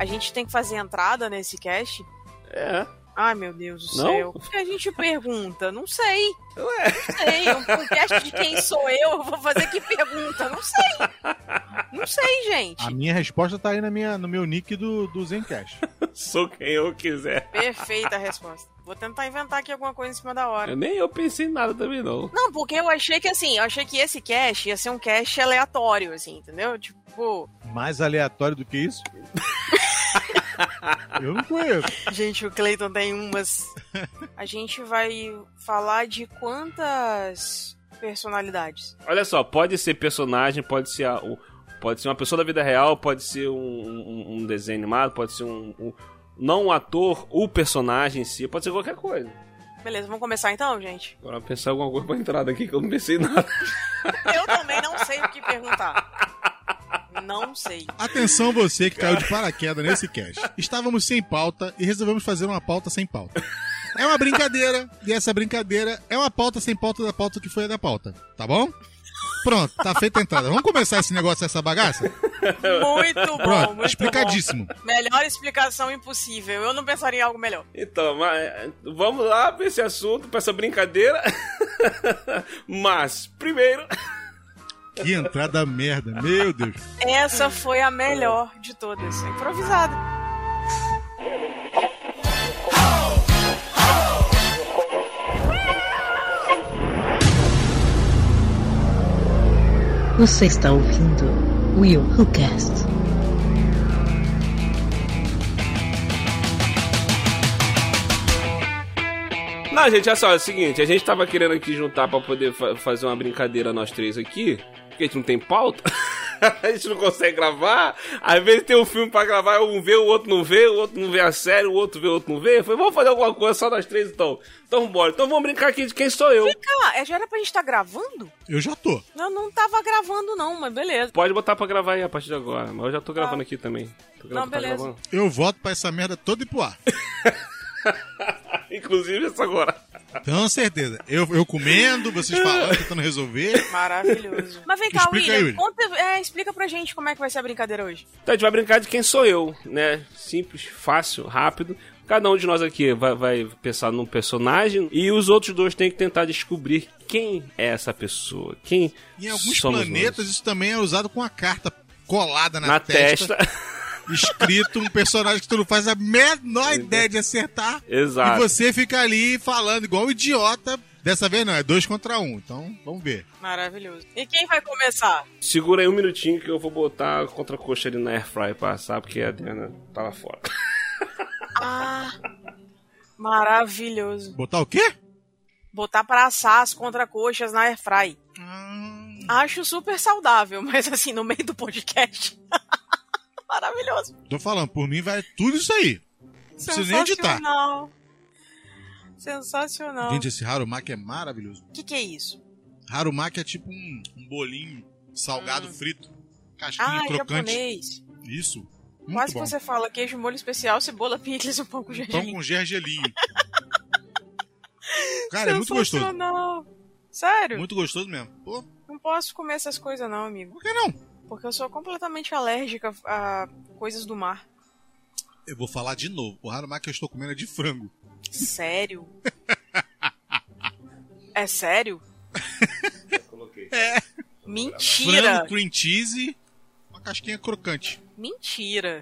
A gente tem que fazer entrada nesse cast? É. Ai, meu Deus do Não? céu. O que a gente pergunta? Não sei. Ué. Não sei. Um podcast de quem sou eu vou fazer que pergunta? Não sei. Não sei, gente. A minha resposta tá aí no meu nick do Zencast. Sou quem eu quiser. Perfeita a resposta. Vou tentar inventar aqui alguma coisa em cima da hora. Nem eu pensei em nada também, não. Não, porque eu achei que esse cast ia ser um cast aleatório, assim, entendeu? Tipo... Mais aleatório do que isso? Eu não conheço. Gente, o Clayton tem umas... A gente vai falar de quantas personalidades? Olha só, pode ser personagem, pode ser uma pessoa da vida real, pode ser um desenho animado, pode ser não um ator, o personagem em si, pode ser qualquer coisa. Beleza, vamos começar então, gente? Agora pensar alguma coisa pra entrada aqui que eu não pensei em nada. Eu também não sei o que perguntar. Não sei. Atenção você que caiu de paraquedas nesse cast. Estávamos sem pauta e resolvemos fazer uma pauta sem pauta. É uma brincadeira, e essa brincadeira é uma pauta sem pauta da pauta que foi a da pauta, tá bom? Pronto, tá feita a entrada. Vamos começar esse negócio, essa bagaça? Muito bom, Pronto, muito explicadíssimo. bom. Melhor explicação impossível. Eu não pensaria em algo melhor. Então, vamos lá pra esse assunto, pra essa brincadeira. Mas, primeiro... Que entrada merda, meu Deus. Essa foi a melhor de todas. Improvisada. Você está ouvindo Will Who Cast. Não, gente, olha só, é o seguinte, a gente tava querendo aqui juntar pra poder fazer uma brincadeira nós três aqui, porque a gente não tem pauta, a gente não consegue gravar, às vezes tem um filme pra gravar, um vê, o outro não vê, o outro não vê a série, o outro vê, o outro não vê, eu falei, vamos fazer alguma coisa só nós três então, vambora, então vamos brincar aqui de quem sou eu. Vem cá, já era pra gente estar gravando? Eu já tô. Eu não tava gravando não, mas beleza. Pode botar pra gravar aí a partir de agora, mas eu já tô gravando aqui também. Não, beleza. Eu voto pra essa merda toda ir pro ar. Inclusive isso agora. Com certeza. Eu comendo, vocês falando, tentando resolver. Maravilhoso. Mas vem cá, Explica aí, William. Explica pra gente como é que vai ser a brincadeira hoje. Então a gente vai brincar de quem sou eu, né? Simples, fácil, rápido. Cada um de nós aqui vai pensar num personagem e os outros dois têm que tentar descobrir quem é essa pessoa. Quem Em alguns somos planetas nós. isso também é usado com a carta colada Na testa. Escrito um personagem que tu não faz a menor ideia de acertar. Exato. E você fica ali falando igual um idiota. Dessa vez não, é 2 contra 1. Então, vamos ver. Maravilhoso. E quem vai começar? Segura aí um minutinho que eu vou botar a contra-coxa ali na Airfryer passar, porque a Adriana tá lá fora. Ah, maravilhoso. Botar o quê? Botar pra assar as contracoxas na Airfry. Acho super saudável, mas assim, no meio do podcast... Maravilhoso. Tô falando, por mim vai tudo isso aí. Não preciso nem editar. Sensacional. Gente, esse Harumaki é maravilhoso. O que é isso? Harumaki é tipo um bolinho salgado frito. Casquinha crocante. Japonês. Isso. Muito Quase bom. que você fala queijo, molho especial, cebola, picles e um pão com gergelim. Pão com gergelim. Cara, é muito gostoso. Sensacional. Sério? Muito gostoso mesmo. Pô, Não posso comer essas coisas não, amigo. por que não? Porque eu sou completamente alérgica a coisas do mar. Eu vou falar de novo. O Harumaki que eu estou comendo é de frango. Sério? É sério? É. Mentira! Frango, cream cheese, uma casquinha crocante. Mentira!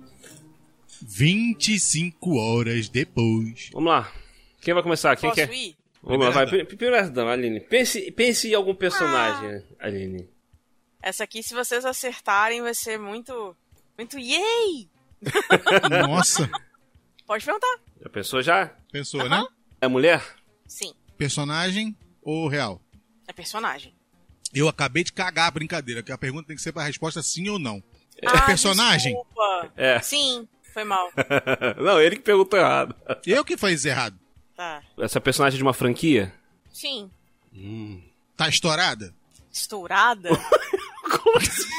25 horas depois. Vamos lá. Quem vai começar? Quem Posso quer? ir? Vamos lá, vai. Primeiro dama, Aline. Pense em algum personagem, Aline. Essa aqui, se vocês acertarem, vai ser muito... Muito yay! Nossa. Pode perguntar. Já pensou já? Pensou, né? É mulher? Sim, Personagem ou real? é personagem. Eu acabei de cagar a brincadeira, que a pergunta tem que ser pra resposta sim ou não. Ah, personagem? Desculpa. É. Sim, foi mal. Não, ele que perguntou errado. Eu que fiz errado. Tá. Essa personagem é de uma franquia? Sim. Tá estourada? Estourada? Como que você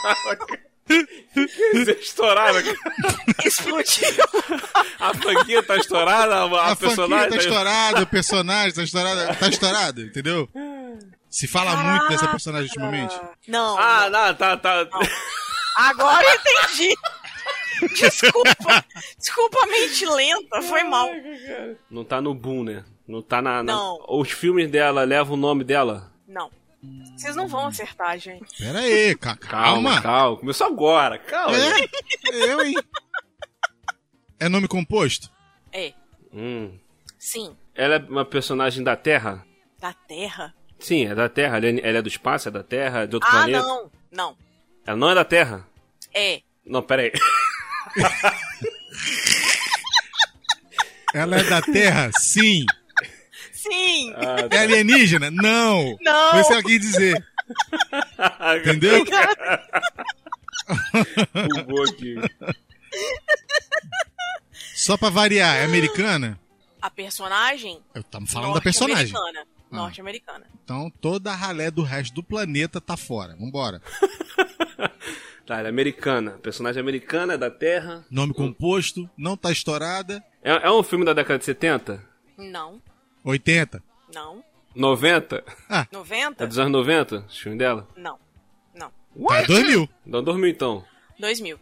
Você estourada? Explodiu. A franquia tá estourada? A personagem franquia tá estourada, o personagem tá estourado. Tá estourado, entendeu? Se fala muito dessa personagem ultimamente. Não. Ah, não, tá. Agora eu entendi. Desculpa a mente lenta, foi mal. Não tá no boom, né? Não tá na... Não. Os filmes dela levam o nome dela? Não. Vocês não vão acertar, gente. Pera aí, calma. Calma. Começou agora, calma. Eu, hein? É nome composto? É. Sim. Ela é uma personagem da Terra? Da Terra? Sim, é da Terra. Ela é do espaço, é da Terra, é de outro planeta? Não. Ela não é da Terra? É. Não, pera aí. Ela é da Terra? Sim. Sim. É alienígena? Não. Foi isso que ela quis dizer. Entendeu? Bugou aqui. Só pra variar, é americana? A personagem? Estamos falando da personagem. Norte-americana. Então toda a ralé do resto do planeta tá fora. Vambora. Tá, ela é americana. Personagem americana, é da Terra. Nome composto, não tá estourada. É um filme da década de 70? Não. 80? Não. 90? 90? É dos anos 90? O filme dela? Não. Tá 2000. Não dormiu então. 2000.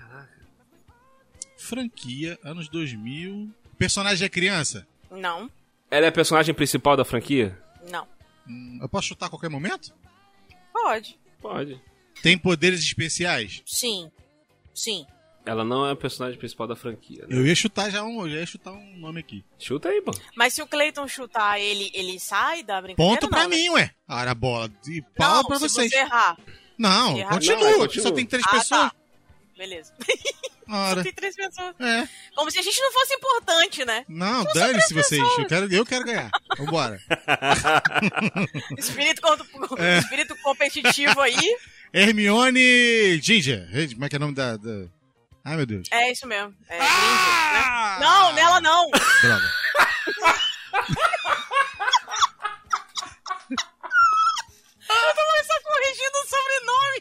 Franquia, anos 2000. Personagem é criança? Não. Ela é a personagem principal da franquia? Não. Eu posso chutar a qualquer momento? Pode. Pode. Tem poderes especiais? Sim. Ela não é a personagem principal da franquia, né? Eu ia chutar um nome aqui. Chuta aí, pô. Mas se o Cleiton chutar, ele sai da brincadeira? Ponto pra não, mim, ué. Ora, bola. E pau pra se vocês. você errar. Não, Se errar, continua. não, Só tem 3 Ah, pessoas. tá. Beleza. Ora. Só tem 3 pessoas. É. Como se a gente não fosse importante, né? Não, dane-se vocês. Eu quero ganhar. Vambora. Espírito competitivo aí. Hermione Ginger. Como é que é o nome da... Ai, meu Deus. É isso mesmo. É Ginger, né? Não, nela não. Droga. Eu tô só corrigindo o sobrenome.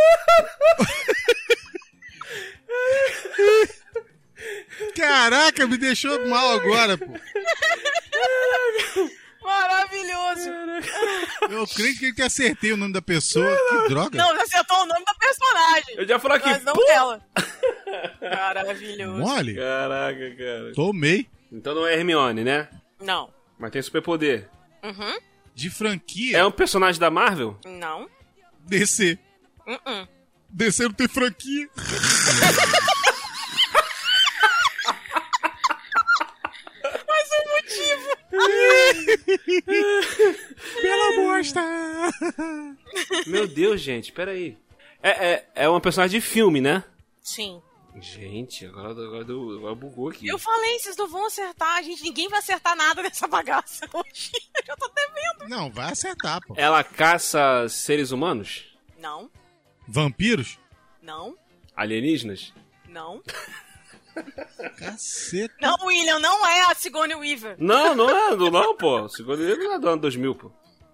Caraca, me deixou mal agora, pô. Maravilhoso. Eu creio que acertei o nome da pessoa. Que droga. Não, você acertou o nome da personagem. Eu já falei aqui. Mas não dela. Maravilhoso. Mole? Caraca, cara. Tomei. Então não é Hermione, né? Não. Mas tem superpoder. Uhum. De franquia? É um personagem da Marvel? Não. DC. DC não tem franquia. Mais um motivo. Pela bosta. Meu Deus, gente, peraí. É uma personagem de filme, né? Sim. Gente, agora bugou aqui. Eu falei, vocês não vão acertar, gente. Ninguém vai acertar nada dessa bagaça hoje. Eu já tô até vendo. Não, vai acertar, pô. Ela caça seres humanos? Não. Vampiros? Não. Alienígenas? Não. Caceta. Não, William, não é a Sigourney Weaver. Não, pô. Segundo ele, não é do ano 2000, pô.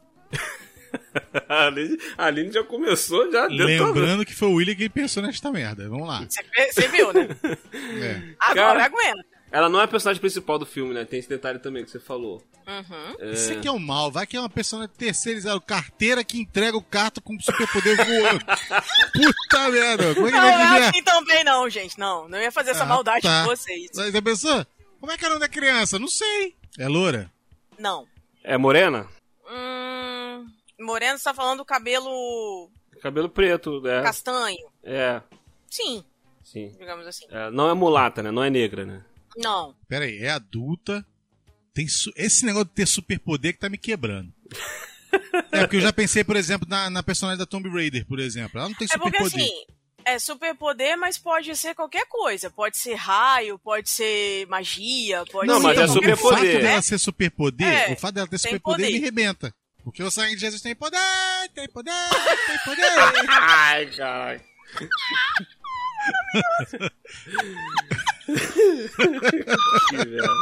A Aline já começou, já deu. Lembrando que foi o William que pensou nesta merda. Vamos lá. Você viu, né? É. Agora aguenta. Ela não é a personagem principal do filme, né? Tem esse detalhe também que você falou. Isso aqui é o mal. Vai que é uma personagem terceirizada. Carteira que entrega o carro com superpoder voando. Puta merda. Como é que Não, vai é adivinhar? assim também não, gente. Não ia fazer essa maldade com vocês. Mas a pessoa... Como é que é o nome da criança? Não sei. É loura? Não. É morena? Moreno, você tá falando do cabelo... Cabelo preto, né? Castanho. É. Sim, Sim. digamos assim. Não é mulata, né? Não é negra, né? Não. Pera aí, é adulta. Tem esse negócio de ter superpoder que tá me quebrando. Porque eu já pensei, por exemplo, na personagem da Tomb Raider, por exemplo. Ela não tem É porque superpoder. assim, é superpoder, mas pode ser qualquer coisa. Pode ser raio, pode ser magia, pode Não, ser... mas é então, superpoder. O fato dela ser superpoder, É, o fato dela ter tem superpoder poder. me rebenta. Porque o sangue de Jesus tem poder, tem poder, tem poder. Ai, caralho. Que merda.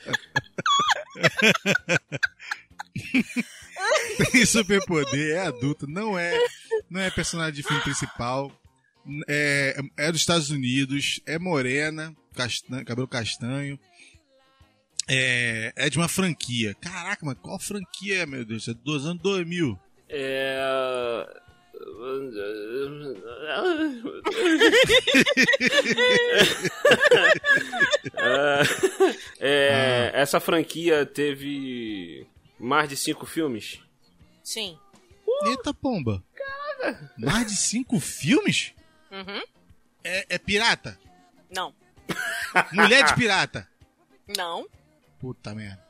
Tem superpoder, é adulto, não é personagem de filme principal. É dos Estados Unidos, é morena, cabelo castanho. É de uma franquia. Caraca, mas qual franquia, meu Deus? É dos anos 2000. Essa franquia teve mais de 5 filmes? Sim. Eita pomba. Caraca. Mais de 5 filmes? Uhum. É pirata? Não. Mulher de pirata? Não. Puta merda.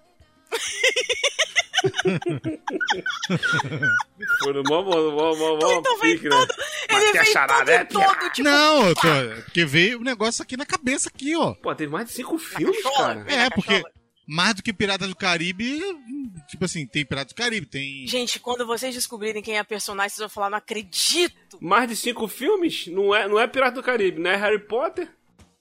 Foi no mó pique, né? Ele veio todo, tipo... Não, eu tô... Porque veio um negócio aqui na cabeça aqui, ó. Pô, teve mais de 5 filmes, cara. Porque mais do que Piratas do Caribe, tipo assim, tem Piratas do Caribe, tem... Gente, quando vocês descobrirem quem é a personagem, vocês vão falar, não acredito. Mais de 5 filmes? Não é Pirata do Caribe, não é Harry Potter?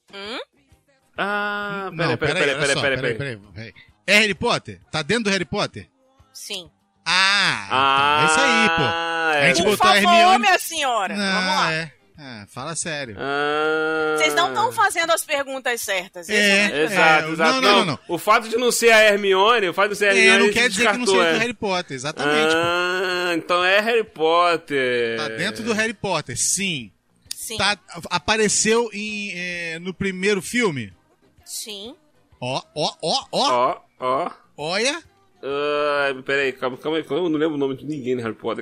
Ah, peraí. É Harry Potter? Tá dentro do Harry Potter? Sim. Tá. É isso aí, pô. A gente Por botou a favor, Hermione... minha senhora. Não, Vamos lá. Fala sério. Vocês não estão fazendo as perguntas certas. Exato. Não. O fato de não ser a Hermione, não quer dizer que não seja do Harry Potter, exatamente. Então é Harry Potter. Tá dentro do Harry Potter, sim. Apareceu no primeiro filme? Sim. Ó. Olha. Peraí, calma aí, eu não lembro o nome de ninguém no Harry Potter.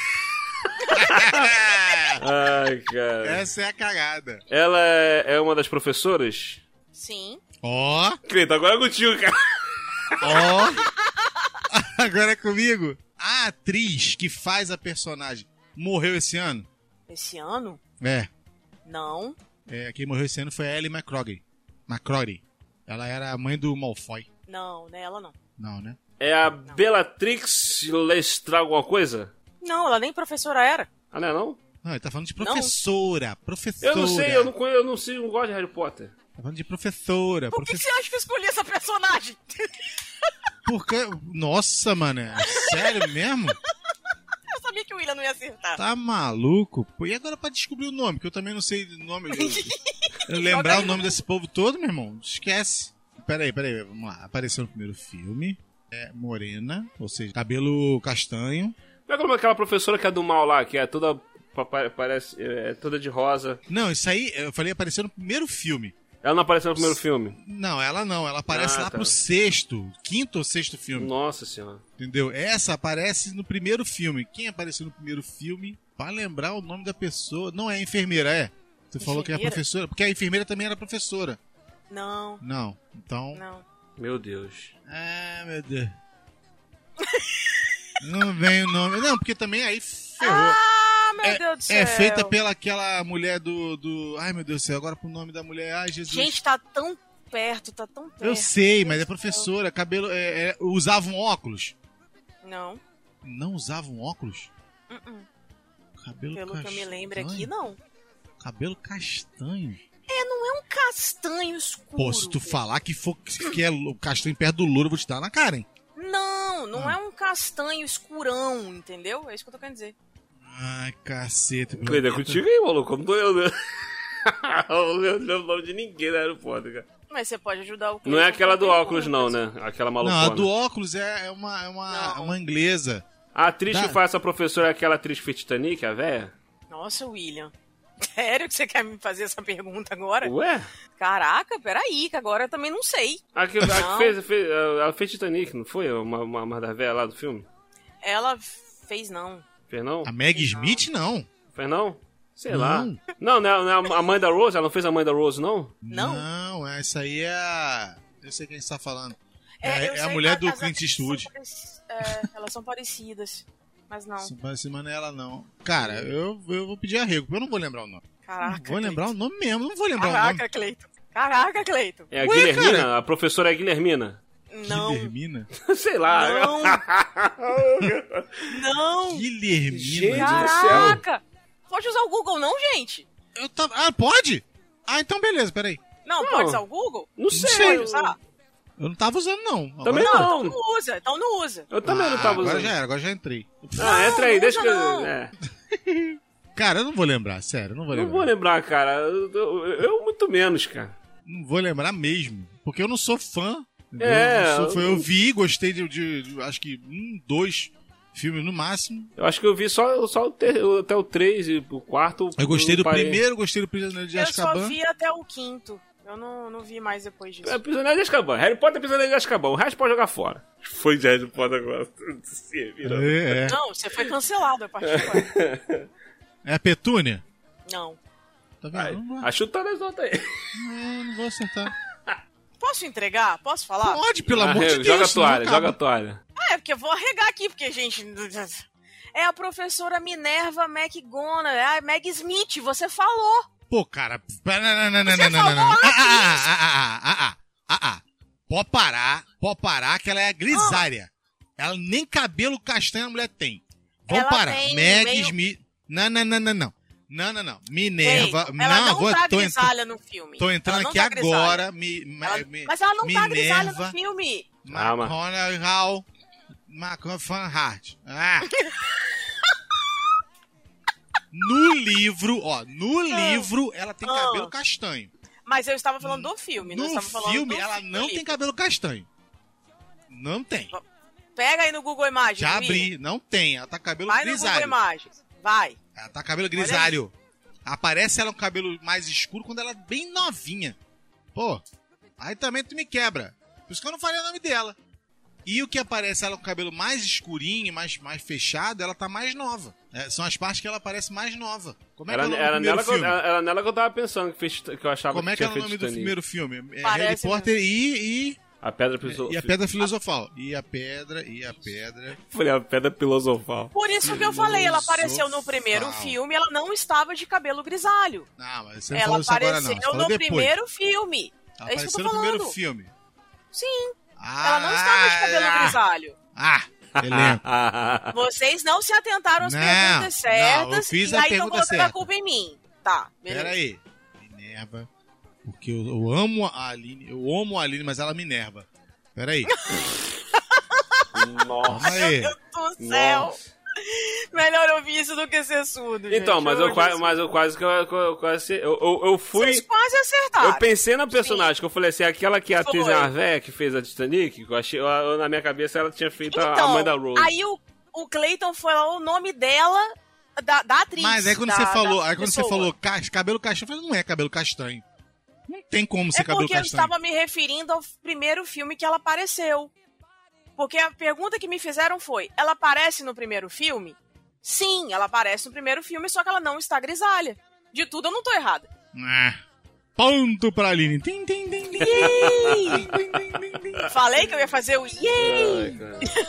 Ai, cara. Essa é a cagada. Ela é uma das professoras? Sim. Ó. Cleiton, agora é contigo, cara. Ó. Agora é comigo. A atriz que faz a personagem morreu esse ano? Esse ano? É. Não. Quem morreu esse ano foi a Ellie McCrory. Ela era a mãe do Malfoy. Não, não é ela não. Não, né? É a Bellatrix Lestrange alguma coisa? Não, ela nem professora era. Ah, não é não? Não, ele tá falando de professora. Não. Professora. Eu não sei, eu não gosto de Harry Potter. Tá falando de professora. Por que você acha que eu escolhi essa personagem? Porque... Nossa, mano. Sério mesmo? Eu sabia que o William não ia acertar. Tá maluco? Pô, e agora pra descobrir o nome? Que eu também não sei o nome. Eu lembrar o nome desse povo todo, meu irmão. Esquece. Peraí. Vamos lá. Apareceu no primeiro filme. É morena, ou seja, cabelo castanho. Não é como aquela professora que é do mal lá, que é toda... Parece... toda de rosa. Não, isso aí, eu falei, apareceu no primeiro filme. Ela não apareceu no primeiro filme? Não, ela não. Ela aparece lá pro quinto ou sexto filme. Nossa senhora. Entendeu? Essa aparece no primeiro filme. Quem apareceu no primeiro filme, pra lembrar o nome da pessoa... Não é a enfermeira, é? Você falou que é a professora. Porque a enfermeira também era professora. Não. Não, então... Não. Meu Deus. Meu Deus. Não vem o nome... Não, porque também aí ferrou. Meu Deus do céu. É feita pela aquela mulher do... Ai, meu Deus do céu, agora pro nome da mulher... Ai, Jesus. Gente, tá tão perto. Eu sei, mas é professora. Cabelo... usavam óculos? Não. Não usavam óculos? Cabelo Pelo castanho. que eu me lembro aqui, não. Cabelo castanho? Não é um castanho escuro. Pô, se tu falar que é o castanho perto do louro, eu vou te dar na cara, hein? Não é um castanho escurão, entendeu? É isso que eu tô querendo dizer. Ai, caceta. Cuida contigo aí, maluco. Como tô eu, né? Eu não lembro o nome de ninguém da Harry Potter, cara. Mas você pode ajudar o... Não é aquela do óculos, não, né? Aquela malucona. Não, a do óculos é uma inglesa. A atriz que faz essa professora é aquela atriz que fez Titanic, a véia? Nossa, William. Sério que você quer me fazer essa pergunta agora? Ué? Caraca, peraí, que agora eu também não sei. A que ela fez Titanic, não foi? Uma da véia lá do filme? Ela fez não. Fez não? A Meg Smith, não. Fez não? Sei lá. Não é a mãe da Rose? Ela não fez a mãe da Rose, não? Não, essa aí é a... Eu sei quem você tá falando. É a mulher do Clint Eastwood. Elas são parecidas, mas não. São parecidas, mas não é ela, não. Cara, eu vou pedir arrego, porque eu não vou lembrar o nome. Caraca, não vou lembrar o nome mesmo, não vou lembrar o nome. Caraca, Cleiton. É a Guilhermina? Cara? A professora é a Guilhermina? Não. Guilhermina? Sei lá. Não. Guilhermina. Gente Caraca. Pode usar o Google não, gente? Pode? Então beleza, peraí. Não, pode usar o Google? Não sei. Pode usar? Eu não tava usando, não. Também agora não. Então não usa. Eu também não tava usando. Agora já entrei. Entra aí, deixa que eu... Cara, eu não vou lembrar, sério, não vou lembrar. Não vou lembrar, cara. Eu muito menos, cara. Não vou lembrar mesmo. Porque eu não sou fã. Eu vi, gostei de acho que 2 filmes no máximo. Eu acho que eu vi só até o 3 e o 4. Eu gostei do primeiro, gostei do Prisioneiro de Azkaban. Eu só vi até o 5º. Eu não vi mais depois disso. É Prisioneiro de Azkaban. Harry Potter é Prisioneiro de Azkaban. O resto pode jogar fora. Foi de Harry Potter agora. Não, você foi cancelado a partir de agora. É a Petúnia? Não. Tá vendo? A chutada das outras aí. Não vou acertar. Posso entregar? Posso falar? Pode, pelo amor de Deus. Joga a toalha, joga a toalha. Porque eu vou arregar aqui, porque, gente... É a professora Minerva McGonagall. Meg Smith, você falou. Pô, cara... Pode parar que ela é grisalha. Ela nem cabelo castanho a mulher tem. Vamos parar. Meg Smith... Não. Minerva... Ela não tá grisalha no filme. Tô entrando aqui agora. Mas ela não tá grisalha no filme. McGonagall... McFanhart. No livro, ela tem cabelo castanho. Mas eu estava falando do filme. No filme, ela não tem cabelo castanho. Não tem. Pega aí no Google Imagens. Já abri, não tem. Ela tá com cabelo grisalho. Vai no Google Imagens. Vai. Ela tá com cabelo grisalho. Aparece ela com cabelo mais escuro quando ela é bem novinha. Pô, aí também tu me quebra. Por isso que eu não falei o nome dela. E o que aparece ela com o cabelo mais escurinho, mais fechado, ela tá mais nova. São as partes que ela parece mais nova. Como é que é o nome do primeiro filme? Era nela que eu tava pensando, que eu achava Como que tinha feito. Como é que é o nome do primeiro filme? Harry Potter e... A Pedra Filosofal. E a Pedra Filosofal. E a Pedra... Falei, a Pedra Filosofal. Por isso que eu falei, ela apareceu no primeiro filme, ela não estava de cabelo grisalho. Não, mas você não falou isso agora não. Ela apareceu no primeiro filme. Ela apareceu no primeiro filme. Sim. Ela não estava de cabelo grisalho. Elenco. Vocês não se atentaram às perguntas certas. Eu fiz e a aí pergunta estão colocando certa. a culpa em mim. Tá, beleza. Pera aí. Minerva. Porque eu amo a Aline. Eu amo a Aline, mas ela me enerva. Pera aí. Nossa. Aí. Meu Deus do céu. Melhor ouvir isso do que ser surdo, gente. Então, mas eu quase eu fui... Vocês quase acertaram. Eu pensei na personagem, que eu falei assim, aquela que a atriz véia que fez a Titanic, que eu achei, na minha cabeça ela tinha feito a mãe da Rose. Aí o Clayton foi lá, o nome dela, da atriz. Mas aí quando você falou cabelo castanho, eu falei, não é cabelo castanho. Não tem como ser cabelo castanho. É porque eu estava me referindo ao primeiro filme que ela apareceu. Porque a pergunta que me fizeram foi, ela aparece no primeiro filme? Sim, ela aparece no primeiro filme, só que ela não está grisalha. De tudo eu não tô errada. Ponto pra Aline. Falei que eu ia fazer o yay!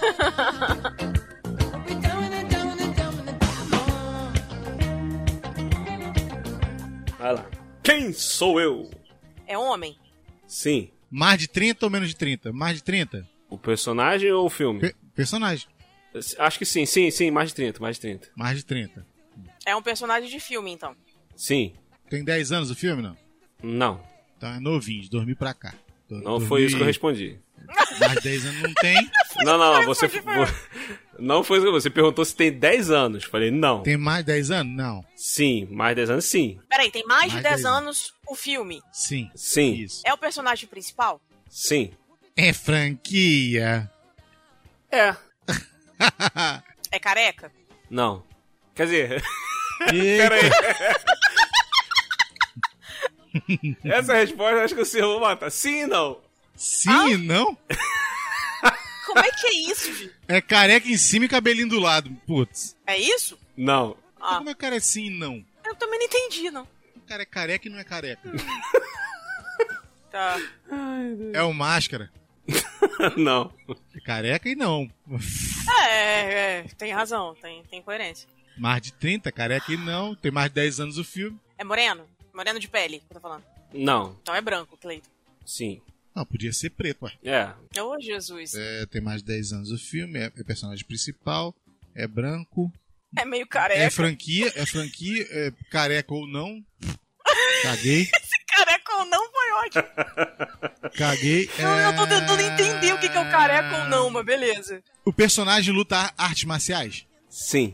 Vai lá. Quem sou eu? É homem? Sim. Mais de 30 ou menos de 30? Mais de 30? O personagem ou o filme? Personagem. Acho que sim, mais de 30. Mais de 30. É um personagem de filme, então? Sim. Tem 10 anos o filme, não? Não. Então é novinho, de dormir pra cá. Não foi isso que eu respondi. Mais de 10 anos não tem? Não, você... Não foi isso que você perguntou se tem 10 anos. Falei, não. Tem mais de 10 anos? Não. Sim, mais de 10 anos, sim. Peraí, tem mais de 10 anos o filme? Sim. Isso. É o personagem principal? Sim. É franquia? É. É careca? Não. Quer dizer... Pera aí. Essa resposta eu acho que você vai matar. Sim e não. Sim e não? Como é que é isso, gente? É careca em cima e cabelinho do lado. Putz. É isso? Não. Como é que o cara é sim e não? Eu também não entendi, não. O cara é careca e não é careca. Tá. É o Máscara. Não. É careca e não. Tem razão, tem coerência. Mais de 30, careca e não. Tem mais de 10 anos o filme. É moreno? Moreno de pele, que eu tô falando. Não. Então é branco, Cleiton. Sim. Não, podia ser preto, ué. É. Ô, Jesus. Tem mais de 10 anos o filme, é personagem principal, é branco. É meio careca. É franquia, é careca ou não. Caguei. Esse careca ou não foi ótimo. Caguei. Eu tô tentando entender o que é o careca ou não, mas beleza. O personagem luta artes marciais? Sim.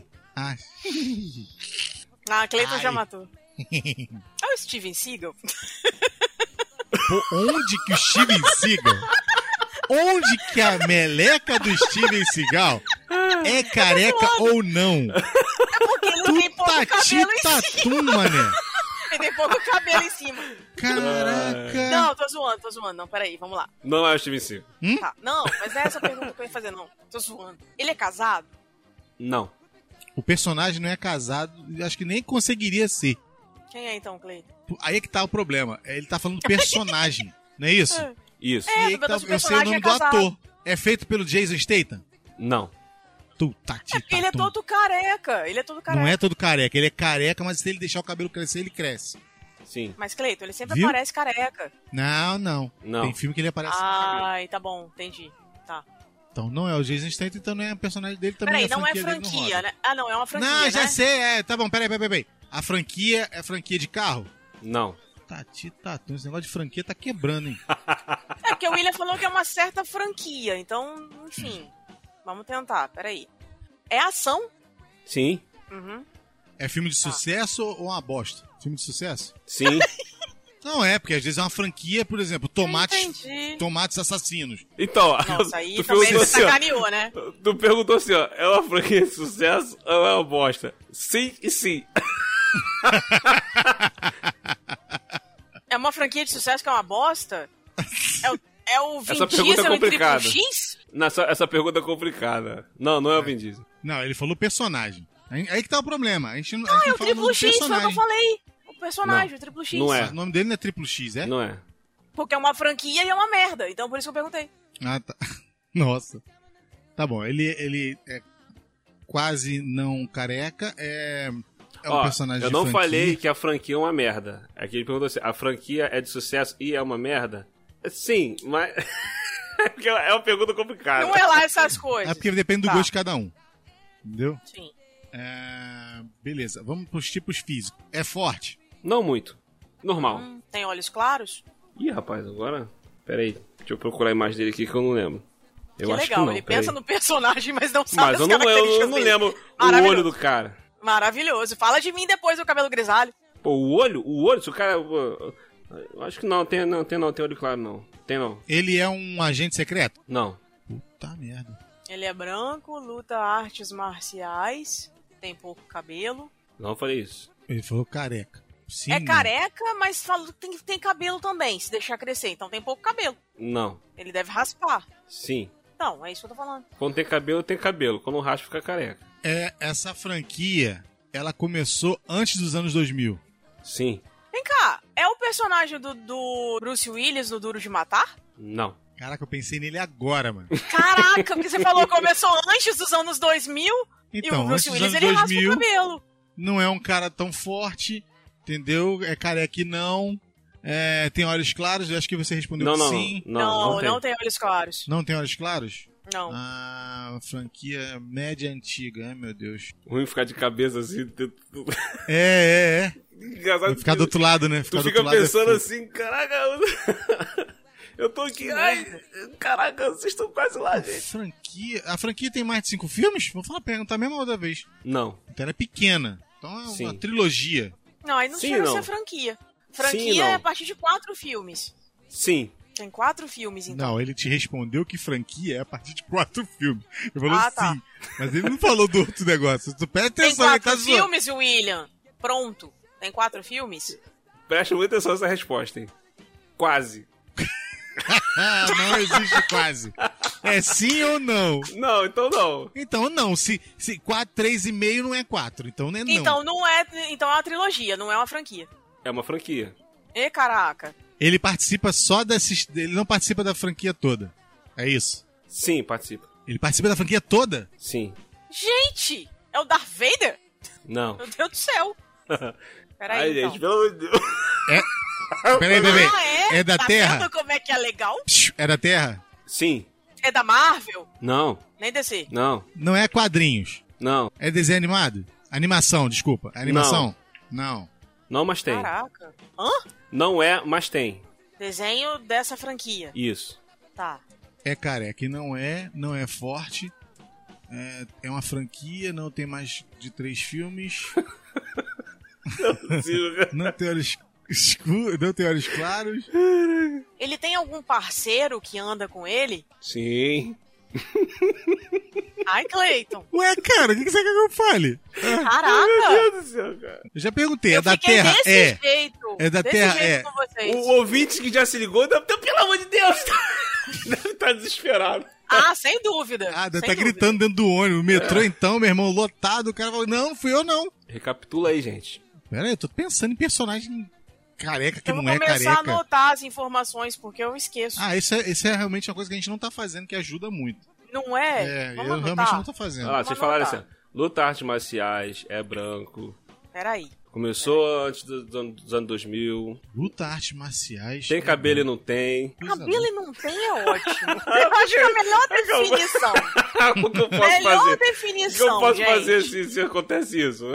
Cleiton já matou. É o Steven Seagal? Pô, onde que o Steven Seagal? Onde que a meleca do Steven Seagal é careca ou não? É porque ele tem pouco cabelo em cima. Tati-tatum, mané. Ele tem pouco cabelo em cima. Caraca. Não, tô zoando. Não, peraí, vamos lá. Não é o Steven Seagal. Tá, não, mas não é essa pergunta que eu ia fazer, não. Tô zoando. Ele é casado? Não. O personagem não é casado, acho que nem conseguiria ser. Quem é então, Cleiton? Aí é que tá o problema. Ele tá falando do personagem, não é isso? Isso. E aí do que tá, eu sei o personagem nome é do casado. ator. É feito pelo Jason Statham? Não. É porque ele é todo careca. Não é todo careca, ele é careca, mas se ele deixar o cabelo crescer, ele cresce. Sim. Mas, Cleiton, ele sempre Viu? aparece careca. Não. Não. Tem filme que ele aparece com cabelo. Ai, tá bom, entendi. Tá. Então não é o Jason Statham, então não é o personagem dele também. Peraí, a não é dele franquia, roda. né? Ah, não, é uma franquia, Não, já né? sei, tá bom, peraí. A franquia é franquia de carro? Não. Tati-tatum, esse negócio de franquia tá quebrando, hein? É porque o William falou que é uma certa franquia, então, enfim. Vamos tentar, peraí. É ação? Sim. Uhum. É filme de sucesso ou uma bosta? Filme de sucesso? Sim. Não é, porque às vezes é uma franquia, por exemplo, Entendi. tomates assassinos. Então, Nossa, aí tu também perguntou você assim, ó. sacaneou, né? Tu perguntou assim, ó. É uma franquia de sucesso ou é uma bosta? Sim e sim. É uma franquia de sucesso que é uma bosta? É o Vin Essa pergunta Diesel é em Triplo complicada. X? Essa pergunta é complicada. Não é o Vin Diesel. Não, ele falou personagem. Aí que tá o problema. A gente não É o fala Triplo do X, foi o que eu personagem. falei. O personagem, Não. o Triplo X. Não é. O nome dele não é Triplo X, é? Não é. Porque é uma franquia e é uma merda. Então por isso que eu perguntei. Ah, tá. Nossa. Tá bom, ele é quase não careca, é um personagem eu de não franquia. falei que a franquia é uma merda. Aqui ele perguntou assim, a franquia é de sucesso e é uma merda? Sim, mas... Porque é uma pergunta complicada. Não é lá essas coisas. É porque depende do Tá. gosto de cada um. Entendeu? Sim. Beleza, vamos pros tipos físicos. É forte? Não muito. Normal. Tem olhos claros? Ih, rapaz, agora... Pera aí, deixa eu procurar a imagem dele aqui que eu não lembro. Eu Que acho legal, que não, ele peraí. pensa no personagem, mas não sabe Mas as eu não características dele. lembro o Maravilhoso. olho do cara. Maravilhoso. Fala de mim depois do cabelo grisalho. Pô, o olho, se o cara... Eu acho que não, tem olho claro não. Tem não. Ele é um agente secreto? Não. Puta merda. Ele é branco, luta artes marciais, tem pouco cabelo. Não falei isso. Ele falou careca. Sim, É não. careca, mas fala que tem cabelo também, se deixar crescer. Então tem pouco cabelo. Não. Ele deve raspar. Sim. Não, é isso que eu tô falando. Quando tem cabelo, tem cabelo. Quando raspa, fica careca. Essa franquia, ela começou antes dos anos 2000. Sim. Vem cá, é o personagem do Bruce Willis no Duro de Matar? Não. Caraca, eu pensei nele agora, mano. Caraca, porque você falou que começou antes dos anos 2000 e Então, o Bruce antes dos Willis anos ele raspa 2000, o cabelo. não é um cara tão forte, entendeu? É careca e não. Tem olhos claros, eu acho que você respondeu que sim. Não tem olhos claros. Não tem olhos claros? Não. Franquia média antiga, ai meu Deus. Ruim ficar de cabeça assim. É. Engraçado. Vai ficar do outro lado, né? Tu fica pensando assim, caraca. Eu tô aqui, ai, caraca, vocês estão quase lá, gente. A franquia tem mais de 5 filmes? Vou perguntar a mesma outra vez. Não. Então ela é pequena. Então é uma Sim. trilogia. Não, aí não Sim, chega a não. ser franquia. Sim, Franquia não. é a partir de 4 filmes. Sim. Tem 4 filmes, então. Não, ele te respondeu que franquia é a partir de 4 filmes. Ele falou Tá. sim. Mas ele não falou do outro negócio. Tu presta Tem atenção, ele 4 tá zoando. filmes, William? Pronto. Tem 4 filmes? Presta muita atenção nessa resposta, hein. Quase. Não existe quase. É sim ou não? Não, então não. Então não. Se 4, 3,5 não é 4. Então não é não. Então não é. Então é uma trilogia, não é uma franquia. É uma franquia. Ê, caraca. Ele participa só desses... Ele não participa da franquia toda. É isso? Sim, participa. Ele participa da franquia toda? Sim. Gente! É o Darth Vader? Não. Meu Deus do céu. Peraí, Ai, então. gente, pelo amor de Deus. Peraí, bebê. Ah, É da tá Terra? vendo como é que é legal? É da Terra? Sim. É da Marvel? Não. Nem DC. Não. Não é quadrinhos? Não. É desenho animado? Animação, desculpa. Animação? Não. Não, mas tem. Caraca. Hã? Não é, mas tem. Desenho dessa franquia. Isso. Tá. É careca e não é forte. É uma franquia, não tem mais de 3 filmes. Não tem olhos escuros, não tem olhos claros. Ele tem algum parceiro que anda com ele? Sim. Ai, Cleiton. Ué, cara, o que você quer que eu fale? Caraca. Meu Deus do céu, cara. Eu já perguntei, Eu é da fiquei Terra? desse É. jeito. É da desse Terra? jeito É. com vocês. O ouvinte que já se ligou, pelo amor de Deus, deve estar desesperado. Ah, sem dúvida. Ah, deve sem estar dúvida. gritando dentro do ônibus. O metrô, então, meu irmão, lotado. O cara falou, não fui eu, não. Recapitula aí, gente. Pera aí, eu tô pensando em personagem careca que Eu vou não é começar a careca. anotar as informações, porque eu esqueço. Ah, isso é realmente uma coisa que a gente não tá fazendo, que ajuda muito. Não é? É, eu Vamos anotar? realmente não tô fazendo. Ah, vocês falaram assim, anotar. luta artes marciais, é branco. Peraí. Começou antes dos anos 2000. Luta, artes marciais. Tem cabelo e não tem. Cabelo e não tem é ótimo. Eu acho que é a melhor definição. O que eu posso Melhor fazer? O que definição, eu posso gente. fazer se acontece isso?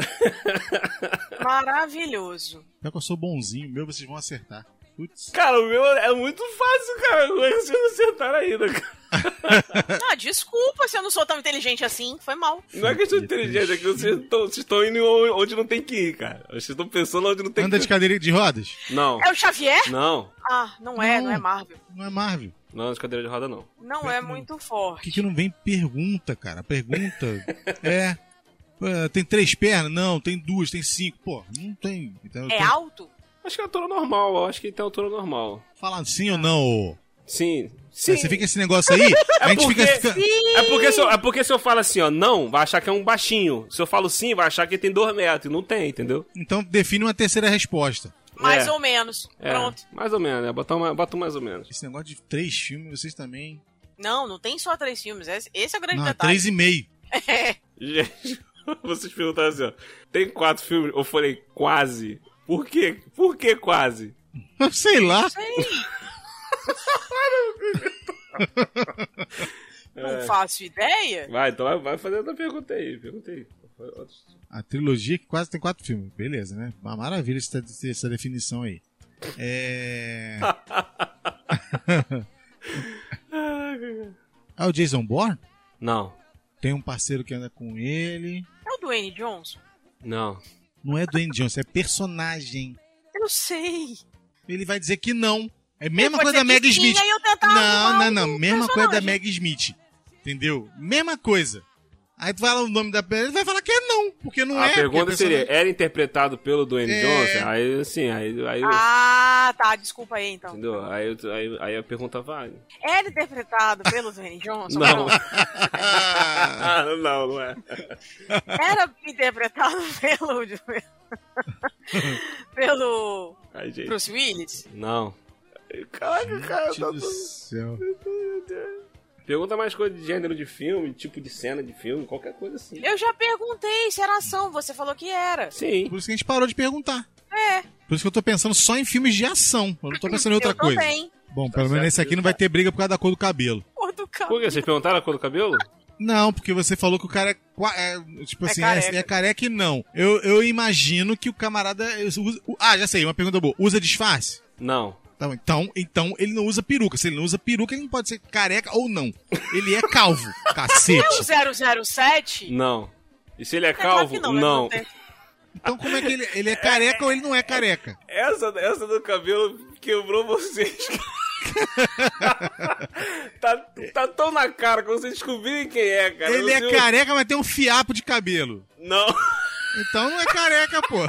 Maravilhoso. Pior que eu sou bonzinho, meu, vocês vão acertar. Putz. Cara, o meu é muito fácil, cara. Como é que vocês não acertaram ainda, cara? Ah, desculpa se eu não sou tão inteligente assim. Foi mal. Não é questão de inteligência, é que vocês estão indo onde não tem que ir, cara. Vocês estão pensando onde não tem Anda que de ir. cadeira de rodas? Não, É o Xavier? não. Ah, não é Não. Marvel. Não é Marvel. Não, de cadeira de roda, não. Não é muito Por forte. que não vem pergunta, cara? Pergunta é... Tem 3 pernas? Não, tem 2, tem 5. Pô, não tem. Então, É alto? Acho que é altura normal, eu acho que tem altura normal. Fala sim ou não? Ô? Sim, sim. Você fica esse negócio aí, a gente porque- fica... É porque se eu falo assim, ó, não, vai achar que é um baixinho. Se eu falo sim, vai achar que tem 2 metros. Não tem, entendeu? Então define uma terceira resposta. Mais É. ou menos. É, Pronto. mais ou menos, né? Bota mais ou menos. Esse negócio de 3 filmes, vocês também... Não tem só 3 filmes. Esse é o grande Não, detalhe. 3,5. É. Gente, vocês perguntaram assim, ó, tem 4 filmes? Eu falei, quase. Por quê? Por que quase? Sei lá. Sei. Não faço ideia. Vai, então vai fazendo a pergunta aí, A trilogia que quase tem 4 filmes. Beleza, né? Uma maravilha essa definição aí. Ah, o Jason Bourne? Não, Tem um parceiro que anda com ele. É o Dwayne Johnson? não. Não é Dwayne Johnson, é personagem. Eu sei. Ele vai dizer que não. É a mesma Pode coisa da ser que Meg sim, Smith. aí eu tentar arrumar Não. um Mesma coisa da personagem. Meg Smith. Entendeu? Mesma coisa. Aí tu fala o nome da pessoa, ele vai falar que é não, porque não A é. pergunta porque a seria, personagem- era interpretado pelo Dwayne É. Johnson? Aí, assim, aí Ah, tá. Desculpa aí, então. entendeu? Aí a pergunta vale. Era interpretado pelo Dwayne Johnson? Não. Ah, Não é. Era interpretado pelo Ai, gente. Bruce Willis? Não. Caraca, cara. Gente do céu. Pergunta mais coisa de gênero de filme, tipo de cena de filme, qualquer coisa assim. Eu já perguntei se era ação. Você falou que era. Sim. Por isso que a gente parou de perguntar. É. Por isso que eu tô pensando só em filmes de ação. Eu não tô pensando em outra eu coisa. também. Bom, pelo menos certo. nesse aqui não vai ter briga por causa da cor do cabelo. Cor do carro. Por quê? Vocês perguntaram a cor do cabelo? Não, porque você falou que o cara tipo É assim, careca. é careca e não. Eu imagino que o camarada usa... Ah, já sei, uma pergunta boa. Usa disfarce? Não. Então ele não usa peruca. Se ele não usa peruca, ele não pode ser careca ou não. Ele é calvo, cacete. É o 007? Não. E se ele é claro calvo? que não. né? Não. Não tem- Então como é que ele é careca ou ele não é careca? Essa do cabelo quebrou vocês. tá tão na cara que vocês descobrirem quem é, cara. Ele é careca, mas tem um fiapo de cabelo. Não. Então não é careca, pô.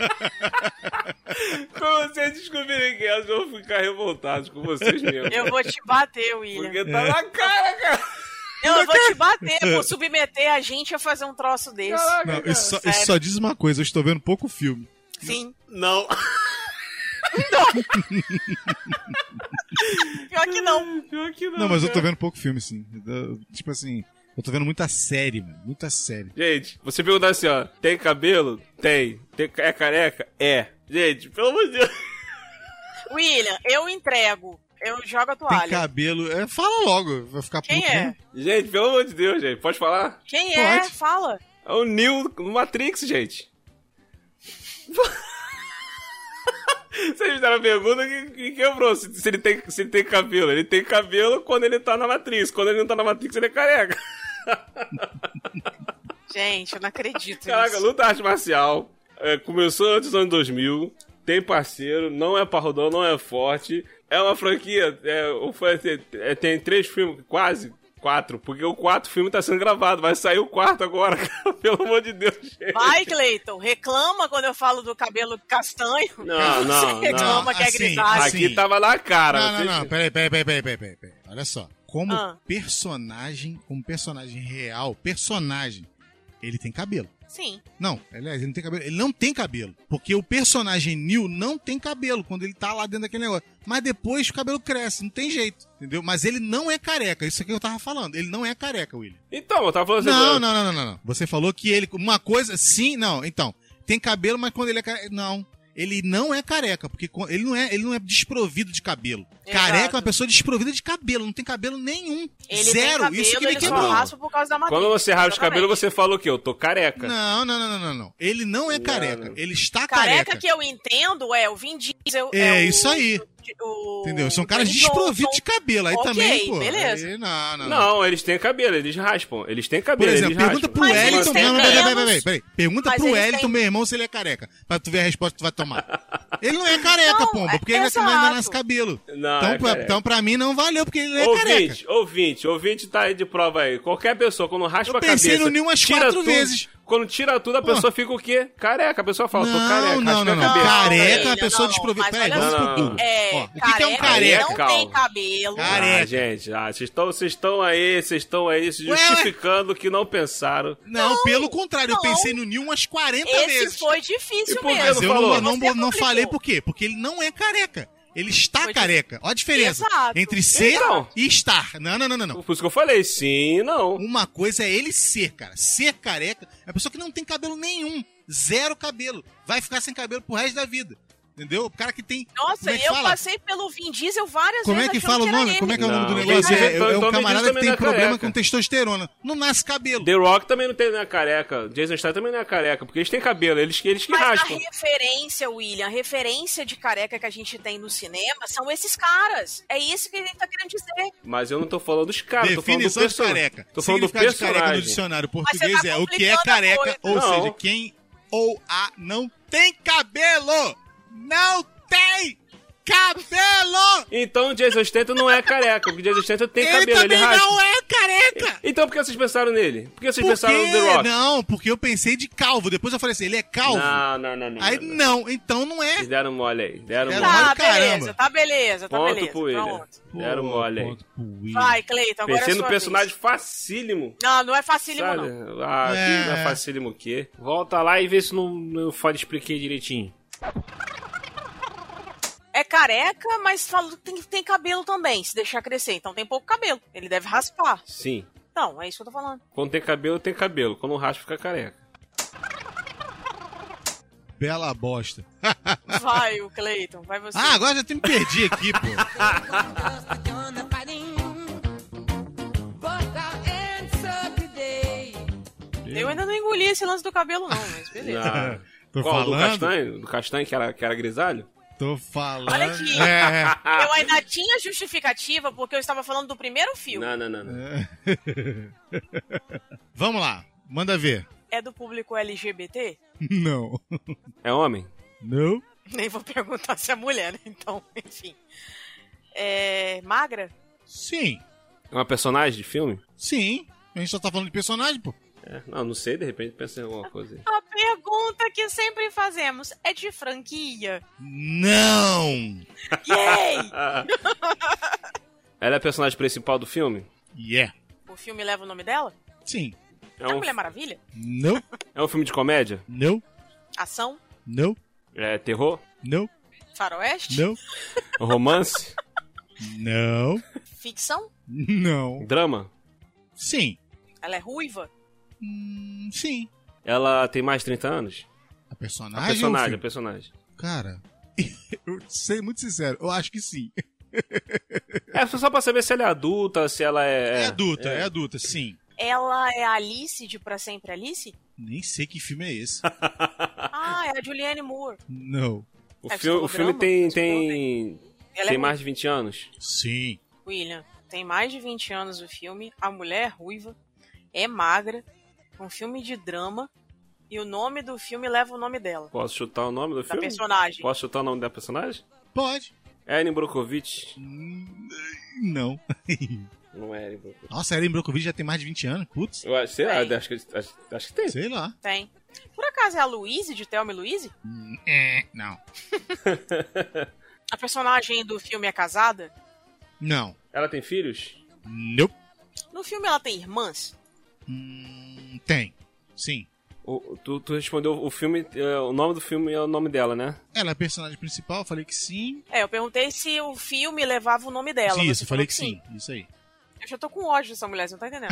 Quando vocês descobrirem quem é, eu vou ficar revoltado com vocês mesmo. Eu vou te bater, William. Porque tá na cara, cara. Eu vou te bater por submeter a gente a fazer um troço desse. Caraca, Não, cara. isso sério. só diz uma coisa, eu estou vendo pouco filme. Sim. Não. Pior que não. Pior que Não, mas eu tô cara. vendo pouco filme, sim. Tipo assim, eu tô vendo muita série, mano. Muita série. Gente, você perguntar assim, ó, tem cabelo? Tem. É careca? É. Gente, pelo amor de Deus. William, eu entrego. Eu jogo a Tem toalha. cabelo. Fala logo, vai ficar Quem puto é? mesmo. Gente, pelo amor de Deus, gente. Pode falar? Quem é? Pode. Fala. É o Neo no Matrix, gente. Vocês fizeram a pergunta que quebrou. Se ele tem cabelo. Ele tem cabelo quando ele tá na Matrix. Quando ele não tá na Matrix, ele é careca. Gente, eu não acredito Caraca, nisso. luta arte marcial. Começou antes dos anos 2000. Tem parceiro. Não é parrudão, não é forte. É uma franquia. Tem 3 filmes, quase. 4, porque o 4 filme tá sendo gravado. Vai sair o 4 agora, cara. Pelo amor de Deus, gente. Vai, Cleiton, reclama quando eu falo do cabelo castanho. Não, Você reclama que é assim, grisalho. assim. Aqui tava na cara. Não, peraí. Olha só. Como Ah. personagem real, ele tem cabelo. Sim. Não, aliás, ele não tem cabelo. Ele não tem cabelo. Porque o personagem Neo não tem cabelo quando ele tá lá dentro daquele negócio. Mas depois o cabelo cresce, não tem jeito. Entendeu? Mas ele não é careca. Isso aqui eu tava falando. Ele não é careca, William. Então, eu tava falando assim. Não. Você falou que ele. Uma coisa. Sim, não. Então. Tem cabelo, mas quando ele é careca. Não. Ele não é careca, porque ele não é desprovido de cabelo. Exato. Careca é uma pessoa desprovida de cabelo, não tem cabelo nenhum. Ele Zero. tem cabelo, Isso que me ele quebrou. só raspa por causa da matriz. Quando você raspa o Exatamente. cabelo, você fala o quê? Eu tô careca. Não. Ele não é careca. não. Ele está Careca careca. que eu entendo é o Vin Diesel. É o- isso aí. Entendeu? São caras Dwayne desprovidos Johnson. de cabelo. Aí Ok, também, pô. beleza. Aí, não. Não, eles têm cabelo, eles raspam. Eles têm Por cabelo, exemplo, eles pergunta raspam. pro Mas Wellington. eles têm Não, menos. peraí. Pergunta Mas pro eles Wellington, têm- meu irmão, se ele é careca. Pra tu ver a resposta que tu vai tomar. Ele não é careca, Não, pomba, porque é ele ainda exato. nasce cabelo. Não, é careca. Então, pra mim, não valeu, porque ele não é careca. Ouvinte tá aí de prova aí. Qualquer pessoa, quando raspa a Eu pensei cabeça, no Nil umas tira 4 tudo, vezes. Quando tira tudo, a pessoa fica o quê? Careca. A pessoa fala, tô careca, Não. raspa a cabeça. Careca é uma Não, pessoa não, desprovida. mas Peraí, olha vamos só. pro Google. É, Ó, o que é um careca? Não Calma. tem cabelo. Careca. Ah, gente, vocês estão aí justificando que não pensaram. Não, pelo contrário, eu não. pensei no Nil umas 40 Esse vezes. foi difícil E por que mesmo. Mas eu falou? não Você falei complicou. por quê? Porque ele não é careca. Ele está Foi careca. Olha a diferença Exato. entre ser Então. e estar. Não. Por isso que eu falei, sim e não. Uma coisa é ele ser, cara. Ser careca é a pessoa que não tem cabelo nenhum. Zero cabelo. Vai ficar sem cabelo pro resto da vida. Entendeu? O cara que tem... Nossa, como é que eu fala? passei pelo Vin Diesel várias Como vezes. é que achando fala o era nome? ele. Como é que é o nome do Não, negócio? então- É então o Vin Diesel camarada que também tem não é problema careca. com testosterona. Não nasce cabelo. The Rock também não é careca. Jason Statham também não é careca, porque eles têm cabelo, eles que Mas raspam. a referência, William, a referência de careca que a gente tem no cinema são esses caras. É isso que a gente tá querendo dizer. Mas eu não tô falando dos caras, tô falando do Definição de personagem. careca. Tô falando do Significado de careca no personagem. dicionário Mas português você tá é o que é complicando a careca, coisa. ou Não. seja, quem ou a não tem cabelo. Não tem cabelo! Então o Jason Statham não é careca, porque o Jason Statham tem Ele cabelo, ele também raspa. não é careca! Então por que vocês pensaram nele? Por que vocês Por pensaram no quê? The Rock? Não, porque eu pensei de calvo. Depois eu falei assim, ele é calvo? Não. Aí não, então não é. Eles deram mole aí, deram Deram mole. mole. Tá, caramba. beleza, tá Ponto beleza. pro William. Pronto. Deram mole aí. Ponto pro William. Vai, Cleiton, agora Pensei é no sua personagem vez. facílimo. Não é facílimo, Sabe? não. Ah, É. que não é facílimo o quê? Volta lá e vê se não expliquei direitinho. É careca, mas fala que tem cabelo também, se deixar crescer. Então tem pouco cabelo. Ele deve raspar. Sim. Não, é isso que eu tô falando. Quando tem cabelo, tem cabelo. Quando não raspa, fica careca. Bela bosta. Vai, o Cleiton, vai você. Ah, agora já até me perdi aqui, pô. Eu ainda não engoli esse lance do cabelo, não, mas beleza. Ah, Tô qual? Do falando. castanho? Do castanho que era grisalho? Tô falando. Olha aqui. É. Eu ainda tinha justificativa porque eu estava falando do primeiro filme. Não. Vamos lá, manda ver. É do público LGBT? Não. É homem? Não? Nem vou perguntar se é mulher, né? Então, enfim. É magra? Sim. É uma personagem de filme? Sim. A gente só tá falando de personagem, pô. É, não sei, de repente pensa em alguma coisa aí. A pergunta que sempre fazemos é de franquia. Não! Yay! Ela é a personagem principal do filme? Yeah. O filme leva o nome dela? Sim. É É a um, Mulher Maravilha? Não. é um filme de comédia? Não. Ação? Não. É terror? Não. Faroeste? Não. Romance? Não. Ficção? Não. Drama? Sim. Ela é ruiva? Sim. Ela tem mais de 30 anos? A A personagem. personagem, ou o a filme? personagem. Cara, eu sei muito sincero, eu acho que sim. É só pra saber se ela é adulta, se ela É adulta, sim. Ela é a Alice de Pra Sempre Alice? Nem sei que filme é esse. Ah, é a Julianne Moore. Não. O É, filme, você o filme falou tem, drama? tem, Ela tem é mais de 20 anos? Sim. William, tem mais de 20 anos o filme, a mulher é ruiva, é magra, um filme de drama, e o nome do filme leva o nome dela, Posso chutar o nome do da filme? personagem. Posso chutar o nome da personagem? Pode. Erin Brockovich. Não. Não é Erin Brockovich. Nossa, a Erin Brockovich já tem mais de 20 anos? Putz. Eu acho, sei lá, Tem. acho que tem. Sei lá. Tem. Por acaso é a Louise, de Thelma e Louise? Não. A personagem do filme é casada? Não. Ela tem filhos? Nope. No filme ela tem irmãs? Tem. Sim. Tu respondeu o filme, o nome do filme é o nome dela, né? Ela é a personagem principal, eu falei que sim. Eu perguntei se o filme levava o nome dela. Isso, você eu falei falou que sim. Isso aí. Eu já tô com ódio dessa mulher, você não tá entendendo?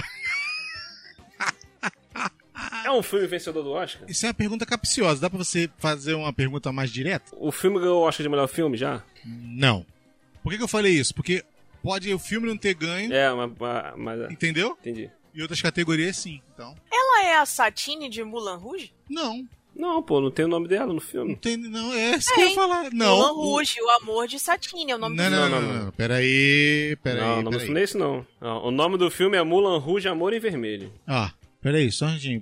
É um filme vencedor do Oscar? Isso é uma pergunta capciosa. Dá pra você fazer uma pergunta mais direta? O filme ganhou o Oscar de melhor filme já? Não. Por que eu falei isso? Porque pode o filme não ter ganho, Mas entendeu? entendi. E outras categorias sim. Então. Ela é a Satine de Moulin Rouge? Não. Não, pô, não tem o nome dela no Não filme. tem. Não, é isso que eu ia falar. Não. Moulin Rouge, o amor de Satine é o nome do filme. Não. Peraí. Não, o nome do filme não é esse não. O nome do filme é Moulin Rouge, Amor em Vermelho. Peraí, só um instantinho.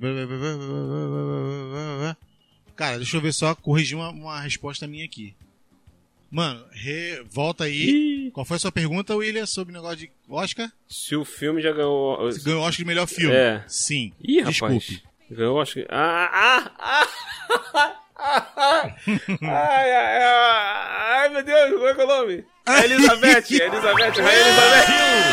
Cara, deixa eu ver só, corrigir uma resposta minha aqui. Mano, volta aí. Qual foi a sua pergunta, William, sobre o negócio de Oscar? Se o filme já ganhou... Ganhou Oscar de melhor filme. É. Sim. Ih, Desculpe. rapaz. Ganhou Oscar... Ai, meu Deus, como é que é o nome? Elizabeth, Rainha Elizabeth.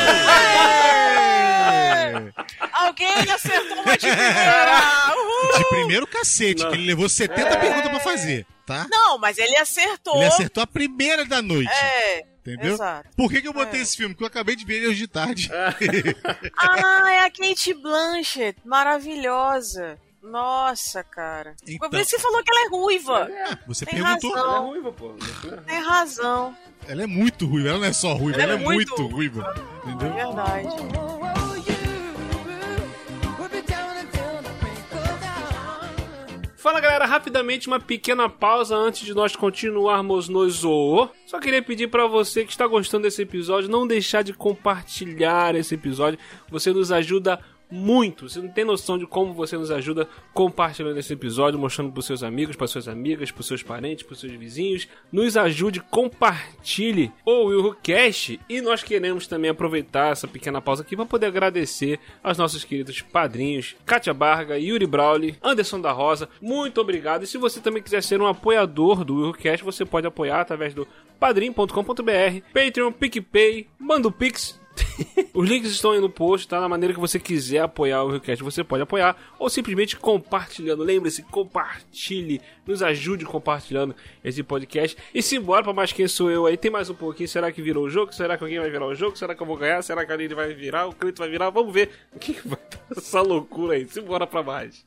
Alguém acertou uma de primeira! Uhul! De primeiro cacete, que ele levou 70 perguntas pra fazer, tá? Não, mas ele acertou. Ele acertou a primeira da noite. Entendeu? Exato. Por que eu botei esse filme? Porque eu acabei de ver ele hoje de tarde. É a Kate Blanchett, maravilhosa. Nossa, cara. Então. Por isso que você falou que ela é ruiva. Você Tem perguntou. razão. Ela é ruiva, pô. Tem razão. Ela é muito ruiva, ela não é só ruiva, ela é muito ruiva. É Entendeu? verdade. Fala galera, rapidamente uma pequena pausa antes de nós continuarmos no Zoô. Só queria pedir pra você que está gostando desse episódio, não deixar de compartilhar esse episódio. Você nos ajuda muito. Você não tem noção de como você nos ajuda compartilhando esse episódio, mostrando pros seus amigos, para suas amigas, pros seus parentes, pros seus vizinhos. Nos ajude, compartilhe o WilhoCast. E nós queremos também aproveitar essa pequena pausa aqui para poder agradecer aos nossos queridos padrinhos, Kátia Barga, Yuri Brauli, Anderson da Rosa. Muito obrigado. E se você também quiser ser um apoiador do WilhoCast, você pode apoiar através do padrim.com.br, Patreon, PicPay, manda o Pix. Os links estão aí no post, tá? Na maneira que você quiser apoiar o WilhoCast, você pode apoiar ou simplesmente compartilhando. Lembre-se, compartilhe, nos ajude compartilhando esse podcast. E simbora pra mais quem sou eu aí. Tem mais um pouquinho. Será que virou o jogo? Será que alguém vai virar o jogo? Será que eu vou ganhar? Será que a Aline vai virar? O Cleiton vai virar? Vamos ver o que vai dar essa loucura aí. Simbora pra mais.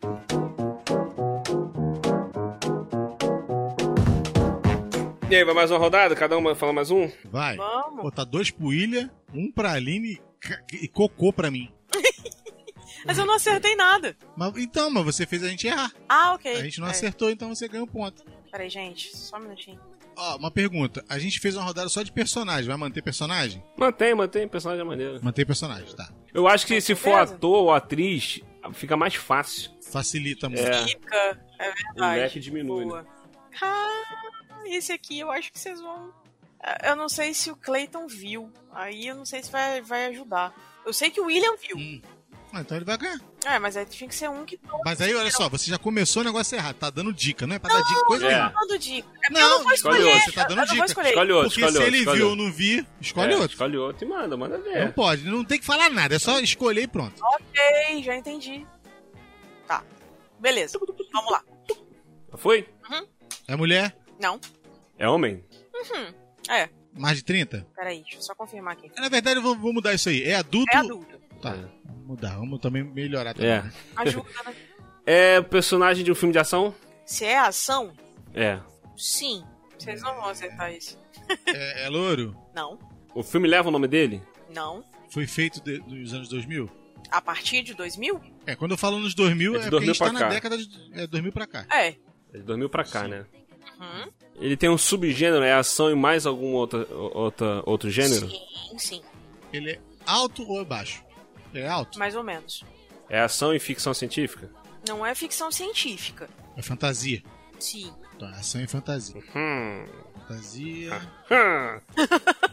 E aí, vai mais uma rodada? Cada um vai falar mais um? Vai. Vamos. Botar 2 pro William, 1 pra Aline e cocô pra mim. Mas eu não acertei nada. Mas você fez a gente errar. Ok. A gente não acertou, então você ganha um ponto. Peraí, gente. Só um minutinho. Ó, uma pergunta. A gente fez uma rodada só de personagem. Vai manter personagem? Mantém, personagem é maneiro. Manter personagem, tá. Eu acho que se for certeza? ator ou atriz, fica mais fácil. Facilita muito. Fica. É O verdade. leque diminui, Boa. né? Esse aqui eu acho que vocês vão... Eu não sei se o Clayton viu. Aí eu não sei se vai ajudar. Eu sei que o William viu. Então ele vai ganhar. Mas aí tinha que ser um que... Mas aí, olha só, você já começou o negócio errado. Tá dando dica, não é pra dar dica coisa É. nenhuma. Eu tô dando dica. É porque Não, eu não vou escolhe escolher. outro, você tá dando Eu não dica. vou escolher. Escolhe outro, Porque escolhe se outro. ele escolhe viu ou outro. não vir, escolhe outro. Escolhe outro e manda ver. Não pode, não tem que falar nada. É só escolher e pronto. Ok, já entendi. Tá. Beleza. Vamos lá. Foi? É mulher? Não. É homem? É. Mais de 30? Peraí, deixa eu só confirmar aqui. Na verdade, eu vou mudar isso aí. É adulto? É adulto. Tá, vamos mudar. Vamos também melhorar também. É. Ajuda, né? É personagem de um filme de ação? Se é ação, É. sim. Vocês não vão acertar isso. É louro? Não. O filme leva o nome dele? Não. Foi feito dos anos 2000? A partir de 2000? É, quando eu falo nos 2000, É de porque a 2000 gente tá pra na cá. década de 2000 pra cá. É. É de 2000 pra cá, né? Uhum. Ele tem um subgênero, é ação e mais algum outro gênero? Sim. Ele é alto ou é baixo? Ele é alto? Mais ou menos. É ação e ficção científica? Não é ficção científica. É fantasia? Sim. Então, é ação e fantasia. Hum. Fantasia...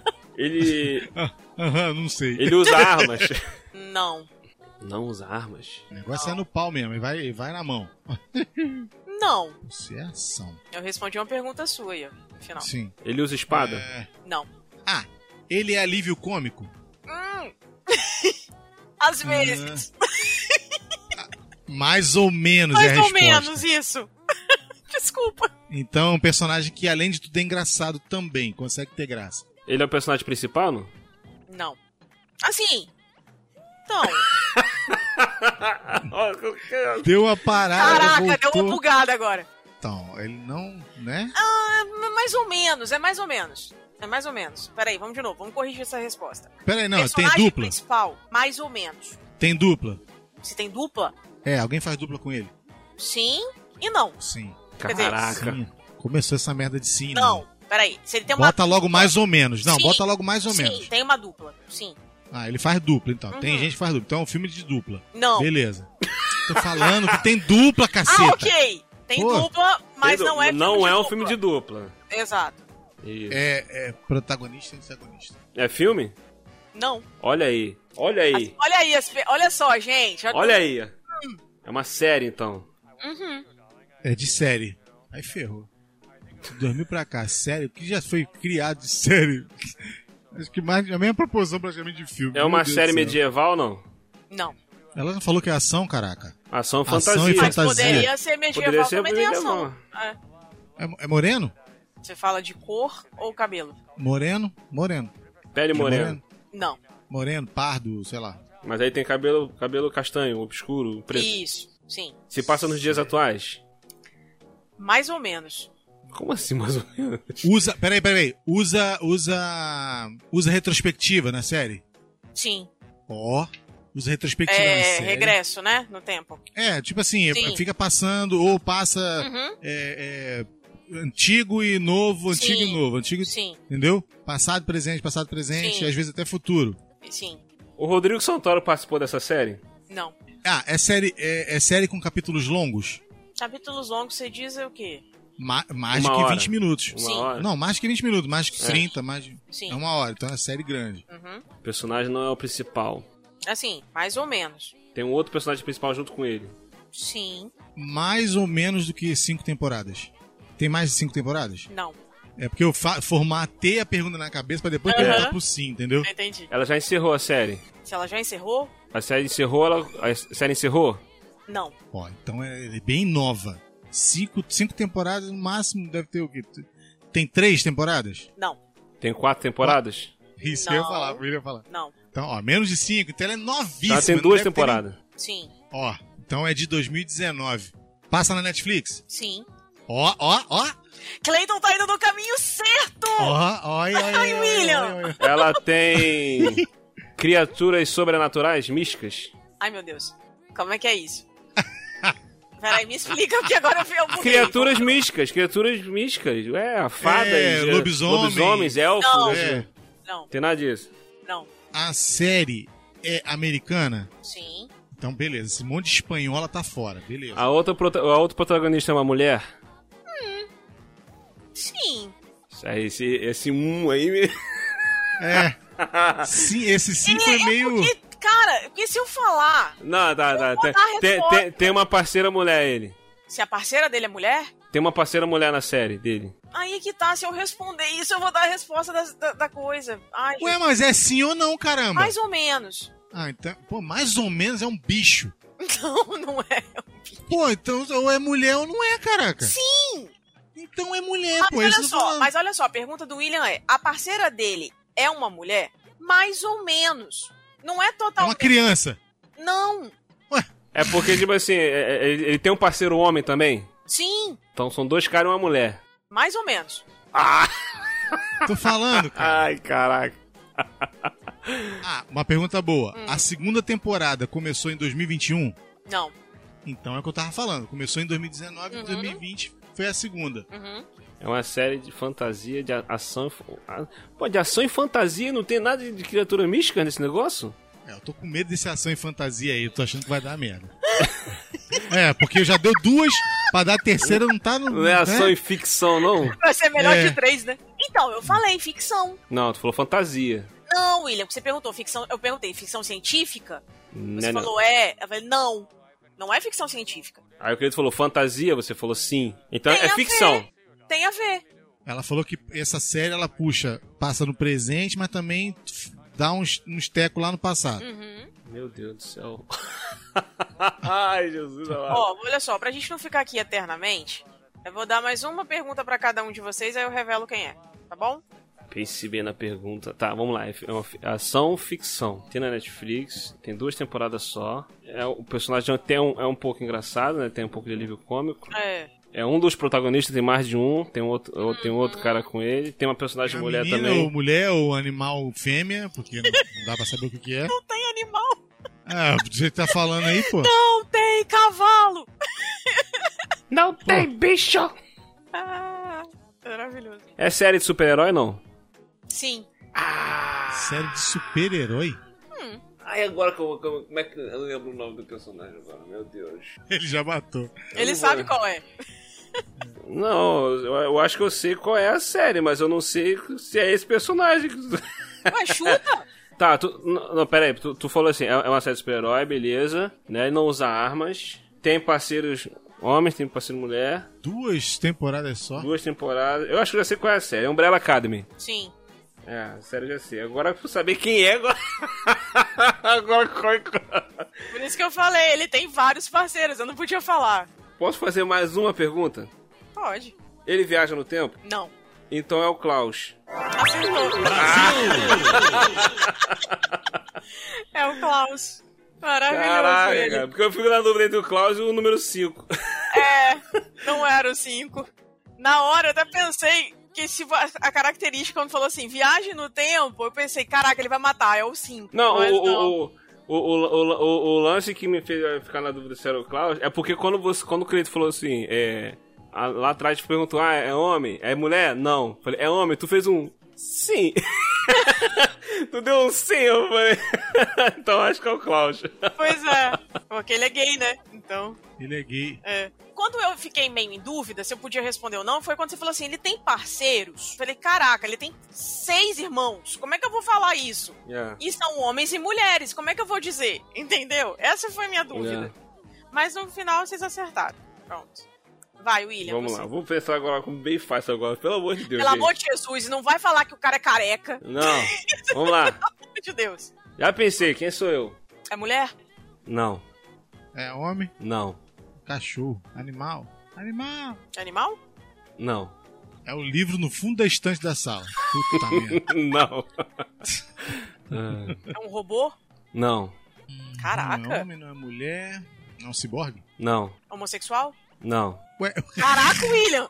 Ele Não sei. ele usa armas. Não. Não usa armas. O negócio é no pau mesmo, e vai na mão. Não. Isso é ação. Eu respondi uma pergunta sua aí, no final. Sim. Ele usa espada. Não. Ah, ele é alívio cômico? Às vezes. Mais ou menos é a Mais ou resposta. menos isso. Desculpa. Então é um personagem que, além de tudo, é engraçado também. Consegue ter graça. Ele é o personagem principal, não? Não. Assim. Não. Deu uma parada, Caraca, voltou. deu uma bugada agora. Então, ele não, né? Mais ou menos, é mais ou menos. É mais ou menos. Peraí, vamos de novo, vamos corrigir essa resposta. Peraí, não, tem Personagem dupla? principal, mais ou menos. Tem dupla? Se tem dupla, É, alguém faz dupla com ele? sim e não. Sim. Quer dizer, Caraca. Sim. Começou essa merda de sim, Não, peraí. Se ele tem uma Bota logo mais ou menos. Não, Sim. bota logo mais ou Sim, menos. tem uma dupla. Sim. Ah, ele faz dupla, então. Tem Uhum. gente que faz dupla. Então é um filme de dupla. Não. Beleza. Tô falando que tem dupla, caceta. Ah, ok. Tem Pô. dupla, mas não é filme Não de é um dupla. filme de dupla. Exato. Isso. É protagonista e antagonista. É filme? Não. Olha aí. Olha aí. Olha aí, olha só, gente. Olha aí. É uma série, então. Uhum. É de série. Aí ferrou. De 2000 pra cá, série? O que já foi criado de série? Acho que mais a mesma proporção praticamente de filme. É Meu uma Deus série do céu. medieval, não? Não. Ela não falou que é ação, caraca. Ação e Ação fantasia. e Mas fantasia. poderia ser medieval, Poderia ser também tem medieval. ação. É. É moreno? Você fala de cor ou cabelo? Moreno? Moreno. Pele morena. Não. Moreno, pardo, sei lá. Mas aí tem cabelo castanho, obscuro, preto. Isso, sim. Se passa nos dias atuais. Mais ou menos. Como assim, mais ou menos? Usa. Peraí. Usa retrospectiva na série? Sim. Ó. Usa retrospectiva na É série. regresso, né? No tempo. É, tipo assim, Sim. fica passando, ou passa Uhum. antigo e novo, antigo Sim. e novo, antigo. Sim, Entendeu? Passado, presente, Sim. e às vezes até futuro. sim. O Rodrigo Santoro participou dessa série? Não. Ah, é série com capítulos longos? Capítulos longos, você diz o quê? Mais Uma do que hora. 20 minutos. Uma Sim. hora? Não, mais que 20 minutos, mais que 30, mais de... Sim. É uma hora, então é série grande. Uhum. O personagem não é o principal. Assim, mais ou menos. Tem um outro personagem principal junto com ele. Sim. Mais ou menos do que 5 temporadas. Tem mais de 5 temporadas? Não. É porque eu formatei a pergunta na cabeça pra depois perguntar pro sim, entendeu? Entendi. Ela já encerrou a série. Se ela já encerrou? A série encerrou, a série encerrou? Não. Ó, então é bem nova. 5 temporadas no máximo, deve ter o quê? Tem 3 temporadas? Não. Tem 4 temporadas? Isso Não. eu ia falar, eu ia falar. Não. Então, ó, menos de 5, então ela é novíssima. Ela tem não 2 deve ter temporadas. Sim. nem- Ó, então é de 2019. Passa na Netflix? Sim. Ó. Clayton tá indo no caminho certo! Ai, William. Ela tem criaturas sobrenaturais, místicas? Ai, meu Deus. Como é que é isso? Peraí, me explica, porque agora eu buguei. Criaturas místicas. Fadas, lobisomens, elfos. Não. É. Não, Tem nada disso. não. A série é americana? Sim. Então, beleza. Esse monte de espanhola tá fora. Beleza. A outra protagonista é uma mulher? Sim. Esse aí... É. Sim, esse sim foi meio... Porque, cara, porque se eu falar Não, tá. vou dar a resposta. Tem uma parceira mulher, ele. se a parceira dele é mulher, Tem uma parceira mulher na série dele. aí que tá, se eu responder isso, eu vou dar a resposta da coisa. Ai, Ué, mas é sim ou não, caramba? mais ou menos. Ah, então... Pô, mais ou menos é um bicho. Não, não é. Pô, então ou é mulher ou não é, caraca. Sim! Então é mulher, Mas pô. olha isso eu tô só, falando. mas olha só, a pergunta do William é: a parceira dele é uma mulher? Mais ou menos. Não é É uma totalmente. criança. Não. É porque, tipo assim, ele tem um parceiro homem também. Sim, Então são 2 caras e uma mulher. mais ou menos. Tô falando, cara. Ai, caraca. Ah, uma pergunta boa. A segunda temporada começou em 2021? Não. Então é o que eu tava falando. Começou em 2019 e 2020 foi a segunda. Uhum. É uma série de fantasia, de ação... Pô, de ação e fantasia, não tem nada de criatura mística nesse negócio? É, eu tô com medo desse ação e fantasia aí. Eu tô achando que vai dar merda. Porque já deu 2, pra dar a terceira não tá no... Não é ação e ficção, não? Vai ser melhor É. de 3, né? Então, eu falei ficção. Não, tu falou fantasia. Não, William, você perguntou ficção. Eu perguntei ficção científica? Você Né, falou eu falei, não. Não é ficção científica. Aí o querido falou fantasia, você falou sim. Então Tem é a ficção. ver. Tem a ver. Ela falou que essa série, ela passa no presente, mas também dá uns tecos lá no passado. Meu Deus do céu. Ai, Jesus amado. Ó, olha só, pra gente não ficar aqui eternamente, eu vou dar mais uma pergunta pra cada um de vocês, aí eu revelo quem é, tá bom? Pense bem na pergunta. Tá, vamos lá. É uma ação ficção. Tem na Netflix, tem 2 temporadas só. O personagem é um pouco engraçado, né? Tem um pouco de alívio cômico. É um dos protagonistas, tem mais de um. Tem outro cara com ele. Tem uma personagem mulher menina, também. ou mulher, ou animal fêmea, porque não dá pra saber o que é. Não tem animal. Do jeito que tá falando aí, pô. Não tem cavalo. Não tem bicho! Ah, maravilhoso. É série de super-herói, não? Sim. Série de super-herói? Ai, agora como é que eu lembro o nome do personagem agora? Meu Deus. Ele já matou. Ele sabe qual é. Não, eu acho que eu sei qual é a série, mas eu não sei se é esse personagem. Ué, chuta. Tá, não, pera aí, tu falou assim, é uma série de super-herói, beleza, né? Ele não usa armas, tem parceiros homens, tem parceiro mulher. 2 temporadas só? 2 temporadas. Eu acho que eu já sei qual é a série, é Umbrella Academy. Sim. É, a série eu já sei. Agora pra saber quem é, agora... Por isso que eu falei, ele tem vários parceiros, eu não podia falar. Posso fazer mais uma pergunta? Pode. Ele viaja no tempo? Não. Então é o Klaus. Acertou. É o Klaus. Maravilhoso Caraca, ele. cara, porque eu fico na dúvida entre o Klaus e o número 5. Não era o 5. Na hora eu até pensei que a característica, quando falou assim, viagem no tempo, eu pensei, caraca, ele vai matar, é o 5. Não, o lance que me fez ficar na dúvida se era o Klaus é porque quando o cliente falou assim, lá atrás te perguntou, é homem? É mulher? Não. Falei, é homem? Tu fez um sim. Tu deu um sim, eu falei. Então acho que é o Klaus. Pois é, porque ele é gay, né? Então. Ele é gay. Quando eu fiquei meio em dúvida se eu podia responder ou não, foi quando você falou assim, ele tem parceiros? Falei, caraca, ele tem 6 irmãos. Como é que eu vou falar isso? E são homens e mulheres, como é que eu vou dizer? Entendeu? Essa foi a minha dúvida. Mas no final vocês acertaram. Pronto. Vai, William. Vamos lá, vou pensar agora como bem fácil agora, pelo amor de Deus. Pelo amor de Jesus, não vai falar que o cara é careca. Não, vamos lá. Pelo amor de Deus. Já pensei, quem sou eu? É mulher? Não. É homem? Não. Cachorro? Animal? Animal? Animal? Não. É o livro no fundo da estante da sala. Puta merda. Não. É um robô? Não. Caraca. Não é homem, não é mulher. Não é um ciborgue? Não. Homossexual? Não. Ué, Caraca, William!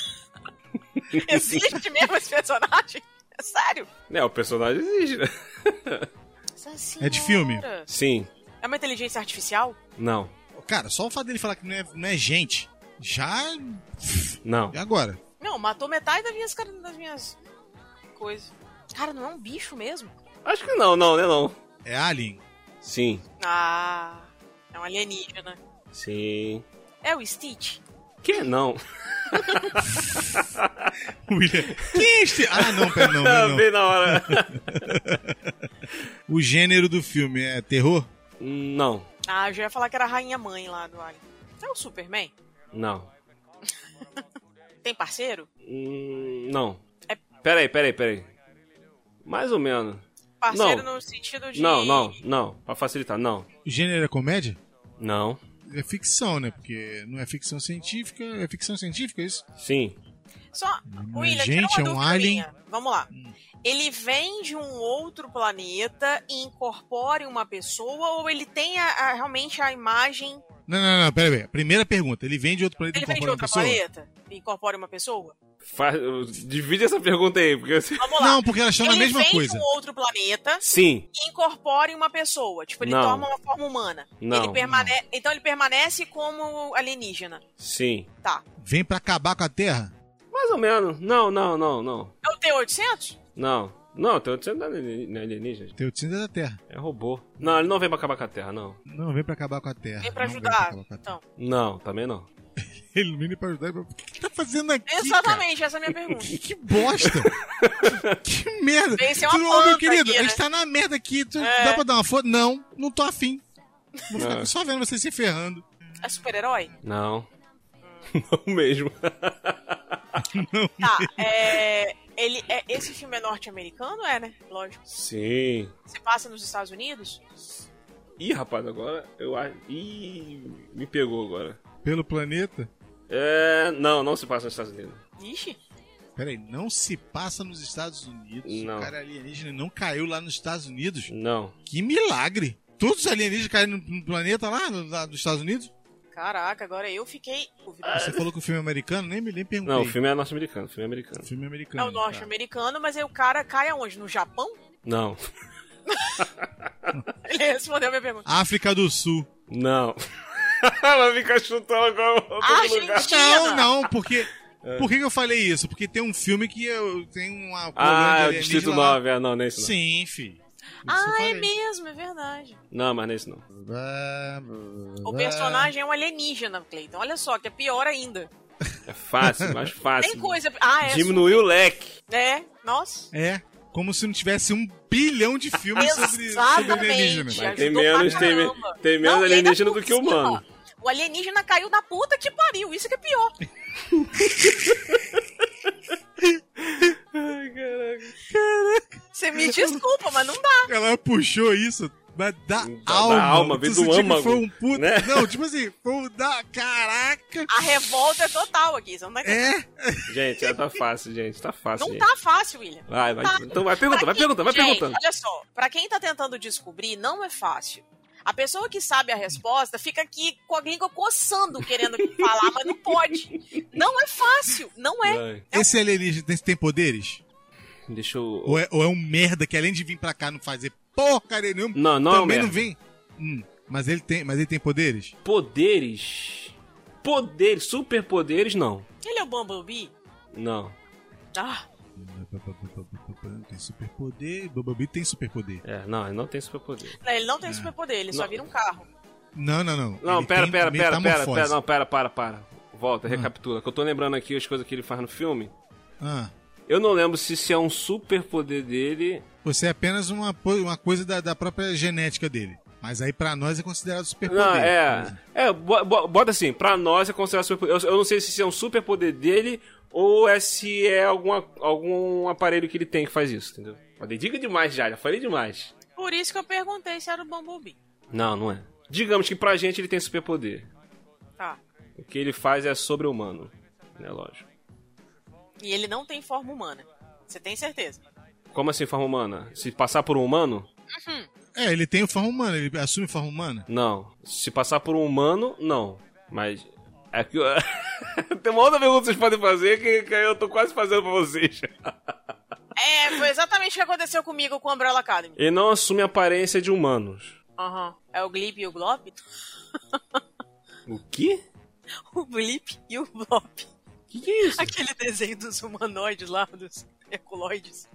Existe mesmo esse personagem? É sério? O personagem existe, né? é de filme? Sim. É uma inteligência artificial? Não. Cara, só o fato dele falar que não é gente, já... Não. E agora? Não, matou metade das minhas coisas. Cara, não é um bicho mesmo? Acho que não, né não. É Alien? Sim. Ah, é um alienígena. Sim. É o Stitch? Que? Não. William. Que é este? Ah, não, pera, não. Bem na hora. O gênero do filme é terror? Não. Ah, eu já ia falar que era a rainha mãe lá do Alien. É o Superman? Não. Tem parceiro? Não. Peraí. Mais ou menos. Parceiro não. No sentido de... Não. Pra facilitar, não. O gênero é comédia? Não. É ficção, né? Porque não é ficção científica. É ficção científica isso? Sim. Só, Não William, é gente, tira é uma um dúvida alien. minha. Vamos lá. Ele vem de um outro planeta e incorpora em uma pessoa ou ele tem realmente a imagem... Não, peraí. Primeira pergunta. Ele vem de outro planeta e Ele vem de incorpora outro uma pessoa? planeta e incorpora uma pessoa? Divide essa pergunta aí, porque... Vamos lá. Não, porque elas estão na mesma Ele coisa. vem de um outro planeta Sim. e incorpora em uma pessoa. Tipo, ele Não. toma uma forma humana. Não. Então ele permanece como alienígena. Sim. Tá. Vem pra acabar com a Terra? Mais ou menos. Não. É o T-800? Não, tem outro não é alienígena. T-800 é da Terra. É robô. Não, ele não vem pra acabar com a Terra, não. Não, vem pra acabar com a Terra. Vem pra Não ajudar. acabar com a Terra. Então. Não, também não. ilumine para ajudar. O que tá fazendo aqui, Exatamente, essa é a minha pergunta. Que bosta! Que merda! Vem ser uma Ô, planta meu querido, aqui, a né? gente tá na merda aqui. Dá pra dar uma foto? Não tô afim. Vou ficar É. só vendo você se ferrando. É super-herói? Não. Não mesmo. Tá, esse filme é norte-americano, né? Lógico. Sim. Se passa nos Estados Unidos? Ih, rapaz, agora eu acho. Ih, me pegou agora. Pelo planeta? Não se passa nos Estados Unidos. Ixi. Peraí, não se passa nos Estados Unidos? Não. O cara alienígena não caiu lá nos Estados Unidos? Não. Que milagre! Todos os alienígenas caíram no planeta lá nos Estados Unidos? Caraca, agora eu fiquei... Você falou que o filme é americano? Nem perguntei. Não, o filme é norte-americano. Filme é americano. O filme é É americano. o norte-americano, mas aí o cara cai aonde? No Japão? Não. Ele respondeu a minha pergunta. África do Sul. Não. Ela fica chutando agora outro lugar. Argentina. Não, porque... Por que eu falei isso? Porque tem um filme que tem uma Ah, é o alienígena Distrito lá. 9. Não, nem isso não. Sim, fi. Ah, é mesmo, é verdade. Não, mas nem isso não. O personagem é um alienígena, Cleiton. Olha só, que é pior ainda. É fácil, mais fácil. Tem coisa... Ah, é. Diminuiu o leque. Nossa. É, como se não tivesse 1 bilhão de filmes sobre Exatamente. alienígena. Mas tem Ajudou menos, pra tem, caramba. tem menos Não, e ainda alienígena por do que humano. cima, o alienígena caiu da puta que pariu. Isso que é pior. Ai, caraca. Você me desculpa, mas não dá. Ela puxou isso da Da alma. alma, veio Tu do sentiu que âmago, foi um puta... né? Não, tipo assim, foi um da... Caraca! A revolta é total aqui. Você não tá entendendo. Gente, tá fácil, gente. Tá fácil, Não gente. tá fácil, William. Vai. Tá. Então vai perguntando, vai perguntando, vai Gente, perguntando. olha só. Pra quem tá tentando descobrir, não é fácil. A pessoa que sabe a resposta fica aqui com a língua coçando, querendo falar, mas não pode. Não é fácil. Não é. Vai. Esse alienígena tem poderes? Deixa eu... Ou é um merda que além de vir pra cá não fazer porcaria nenhuma, Não é um também merda. não vem... Mas ele tem poderes? Poderes? Superpoderes, não. Ele é o Bumblebee? Não. Ah, Tem superpoder. Bumblebee tem superpoder. Não, ele não tem superpoder. não, ele não tem superpoder, ele só Não. vira um carro. Não. Não, Ele pera. tem metamorfose. Não, para. Volta, recapitula. Que eu tô lembrando aqui as coisas que ele faz no filme. Ah, Eu não lembro se é um superpoder dele. você é apenas uma coisa da própria genética dele. Mas aí pra nós é considerado superpoder. Não, bota assim, pra nós é considerado superpoder. Eu não sei se é um superpoder dele ou se é algum aparelho que ele tem que faz isso, entendeu? Mas diga demais já falei demais. Por isso que eu perguntei se era o Bumblebee. Não é. Digamos que pra gente ele tem superpoder. Tá. O que ele faz é sobre-humano, né, lógico. E ele não tem forma humana. Você tem certeza? Como assim forma humana? Se passar por um humano? Ele tem forma humana, ele assume forma humana. Não. Se passar por um humano, não. Mas... É que... Tem uma outra pergunta que vocês podem fazer que eu tô quase fazendo pra vocês. Foi exatamente o que aconteceu comigo com o Umbrella Academy. Ele não assume a aparência de humanos. Aham. É o Glip e o Glop? O quê? O Blip e o Blop. Que é isso? Aquele desenho dos humanoides lá, dos herculoides.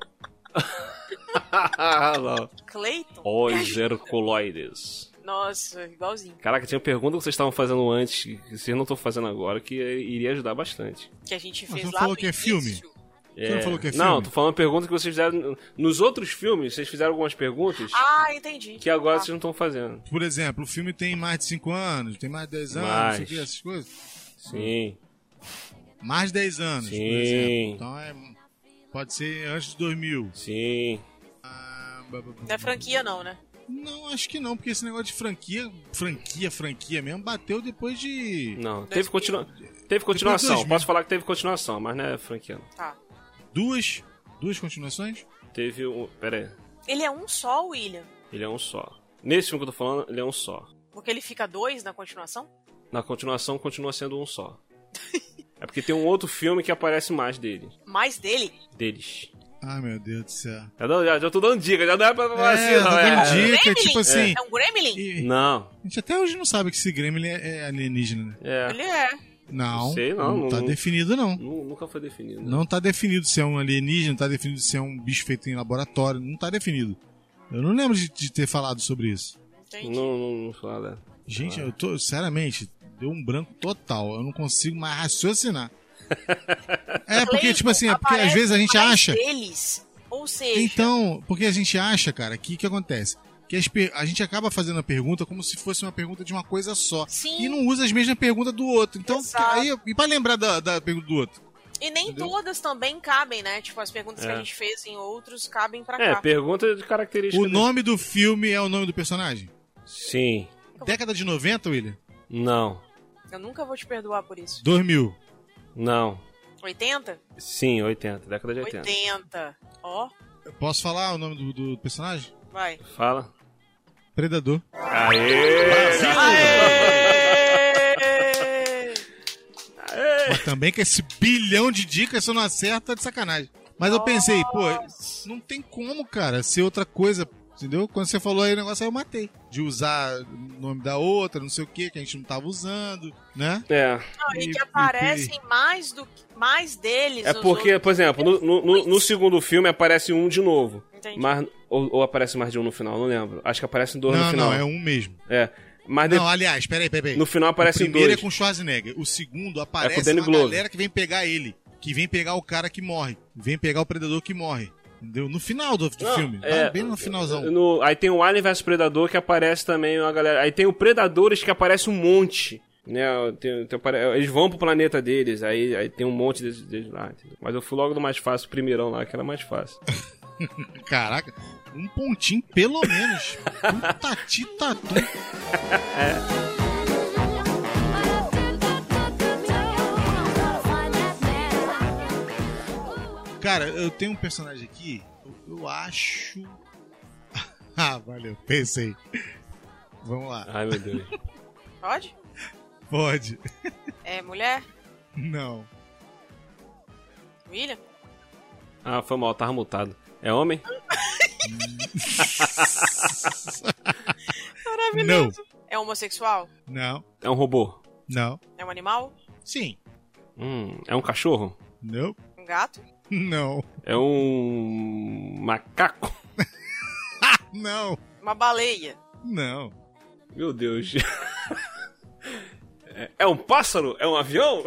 Não. Clayton? Os herculoides. Nossa, igualzinho. Caraca, tinha uma pergunta que vocês estavam fazendo antes, que vocês não estão fazendo agora, que iria ajudar bastante. Que a gente Você fez não lá falou no que é filme? início. Você não falou que é filme? Não, tô falando uma pergunta que vocês fizeram... Nos outros filmes, vocês fizeram algumas perguntas Ah, entendi. que agora Ah. vocês não estão fazendo. Por exemplo, o filme tem mais de 5 anos, tem mais de 10 anos, Mais. não sei o que, essas coisas. Sim. Mais de 10 anos, por Sim. exemplo. Então pode ser antes de 2000. Sim. Não é franquia não, né? Não, acho que não, porque esse negócio de franquia mesmo, bateu depois de Não, teve continuação. Depois de 2000. Posso falar que teve continuação, mas não é franquia. Não. Tá. duas continuações? Teve um... Pera aí. Ele é um só, William? Ele é um só. Nesse filme que eu tô falando, ele é um só. Porque ele fica 2 na continuação? Na continuação, continua sendo um só. É porque tem um outro filme que aparece mais dele. Mais dele? Deles. Ai, meu Deus do céu. Já tô dando dica, já não é pra falar assim, Tô não. dando dica, Gremlin? tipo assim... É um Gremlin? e- Não. A gente até hoje não sabe que esse Gremlin é alienígena, né? É. Ele é. Não, sei, não tá não- definido, não. Nunca foi definido. né? Não tá definido se é um alienígena, não tá definido se é um bicho feito em laboratório, não tá definido. Eu não lembro de ter falado sobre isso. Entendi. Não fala. Gente, eu tô, sinceramente, Deu um branco total. Eu não consigo mais raciocinar. Porque, tipo assim, porque às vezes a gente acha... Deles, ou seja... Então, porque a gente acha, cara, que acontece? Que a gente acaba fazendo a pergunta como se fosse uma pergunta de uma coisa só. Sim. E não usa as mesmas perguntas do outro. Então, Exato. aí, e pra lembrar da pergunta do outro? E nem todas também cabem, né? Tipo, as perguntas que a gente fez em outros cabem pra cá. Pergunta de características. O nome do filme é o nome do personagem? Sim. Década de 90, William? Não. Eu nunca vou te perdoar por isso. 2000? Não. 80? Sim, 80. Década de 80. 80. Ó, Eu posso falar o nome do personagem? vai. Fala. Predador. Mas também que esse bilhão de dicas, se eu não acerto, tá de sacanagem. Mas eu pensei, pô, não tem como, cara, ser outra coisa, entendeu? Quando você falou aí o negócio, aí eu matei. De usar o nome da outra, não sei o que a gente não tava usando, né? Não, e que aparecem mais deles. É porque, outros... por exemplo, no segundo filme aparece um de novo. Entendi. Mas, ou aparece mais de um no final, não lembro. Acho que aparecem dois no final. Não, é um mesmo. Mas Não, aliás, peraí. no final aparecem O primeiro dois. é com Schwarzenegger. O segundo aparece com o Danny uma Glover. galera que vem pegar ele. Que vem pegar o cara que morre. Vem pegar o predador que morre. Entendeu? No final do filme. Bem no finalzão. Aí tem o Alien vs Predador que aparece também uma galera. Aí tem o Predadores que aparece um monte. Né? Eles vão pro planeta deles. Aí tem um monte deles lá. Entendeu? Mas eu fui logo do mais fácil, o primeirão lá, que era mais fácil. Caraca, um pontinho pelo menos. Tatu. Cara, eu tenho um personagem aqui, eu acho... valeu, pensei. Vamos lá. Ai, meu Deus. Pode? Pode. É mulher? Não. William? Foi mal, tava mutado. É homem? Maravilhoso. Não. É homossexual? Não. É um robô? Não. É um animal? Sim. É um cachorro? Não. Um gato? Não. É um macaco? Não. Uma baleia? Não. Meu Deus. É um pássaro? É um avião?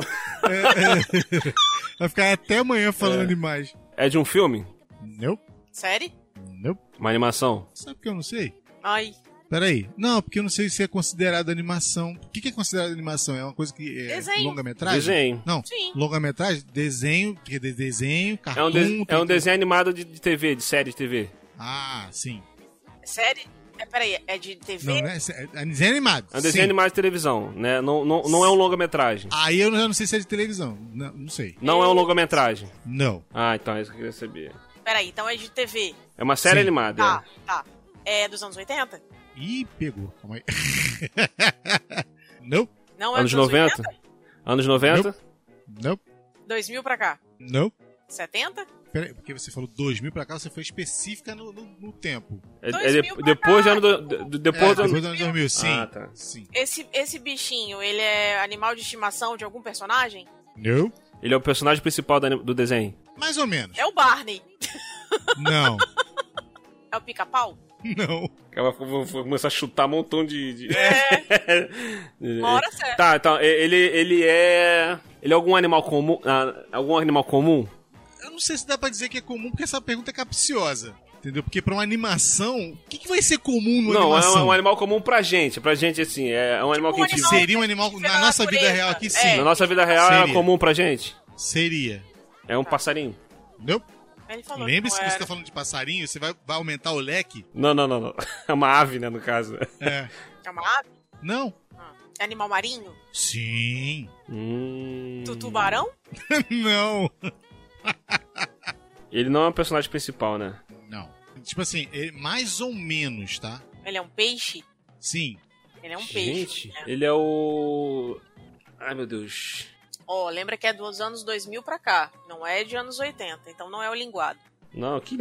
Vai ficar até amanhã falando animais. É de um filme? Não. Série? Não. Uma animação? Sabe que eu não sei? Ai. Peraí. Não, porque eu não sei se é considerado animação. O que é considerado animação? É uma coisa que é Desenho. longa-metragem? Desenho. Não. Sim. Longa-metragem, desenho, cartoon. É um desenho animado de TV, de série de TV. Ah, sim. Série? Peraí, é de TV? Não, é desenho animado. É um desenho sim. animado de televisão, né? Não é um longa-metragem. Aí eu já não sei se é de televisão. Não sei. Não é um longa-metragem. Não. Então é isso que eu queria saber. Peraí, então é de TV. É uma série Sim. animada. Tá. É dos anos 80? Ih, pegou. Calma aí. Não. Não é Anos dos 90? Anos 90? Não. 2000 pra cá? Não. 70? Peraí, porque você falou 2000 pra cá, você foi específica no tempo. Depois do ano Depois do ano 2000, sim. Ah, tá. Sim. Esse bichinho, ele é animal de estimação de algum personagem? Não. Ele é o personagem principal do desenho. Mais ou menos. É o Barney. Não. É o Pica-Pau? Não. Vou começar a chutar um montão de... Uma hora certa. Tá, então, ele é algum animal comum? Algum animal comum? Eu não sei se dá pra dizer que é comum, porque essa pergunta é capciosa. Entendeu? Porque pra uma animação, o que vai ser comum numa animação? Não, é um animal comum pra gente. Pra gente, assim, é um animal que a gente... animal Seria um animal, na nossa vida real aqui, sim. Na nossa vida real Seria. é comum pra gente? Seria. É um passarinho? Não. Ele falou Lembre-se que que não você tá falando de passarinho, você vai aumentar o leque. Não. É uma ave, né, no caso. É. É uma ave? Não. É animal marinho? Sim. Tubarão? Não. Ele não é o personagem principal, né? Não. Tipo assim, mais ou menos, tá? Ele é um peixe? Sim. Ele é um Gente, peixe. Né? ele é o... Ai, meu Deus. Lembra que é dos anos 2000 pra cá. Não é de anos 80, então não é o linguado. Não, que...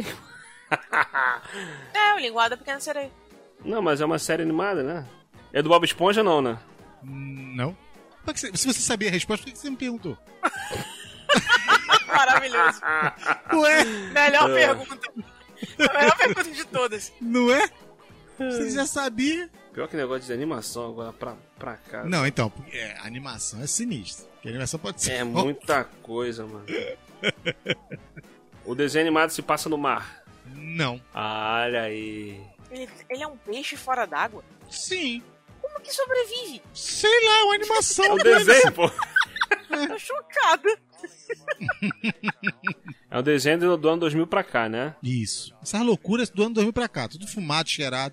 O linguado é Pequena Sereia. Não, mas é uma série animada, né? É do Bob Esponja, não, né? Não. Se você sabia a resposta, por que você me perguntou? Maravilhoso. Ué? Melhor pergunta. A melhor pergunta de todas. Não é? Você já sabia? Pior que negócio de animação agora pra cá. Não, então, a animação é sinistra. Porque a animação pode ser. É muita coisa, mano. O desenho animado se passa no mar. Não. Ah, olha aí. Ele é um peixe fora d'água? Sim. Como que sobrevive? Sei lá, é uma animação. É o desenho, pô. Tô chocada. É o desenho do ano 2000 pra cá, né? Isso. Essas loucuras do ano 2000 pra cá. Tudo fumado, cheirado.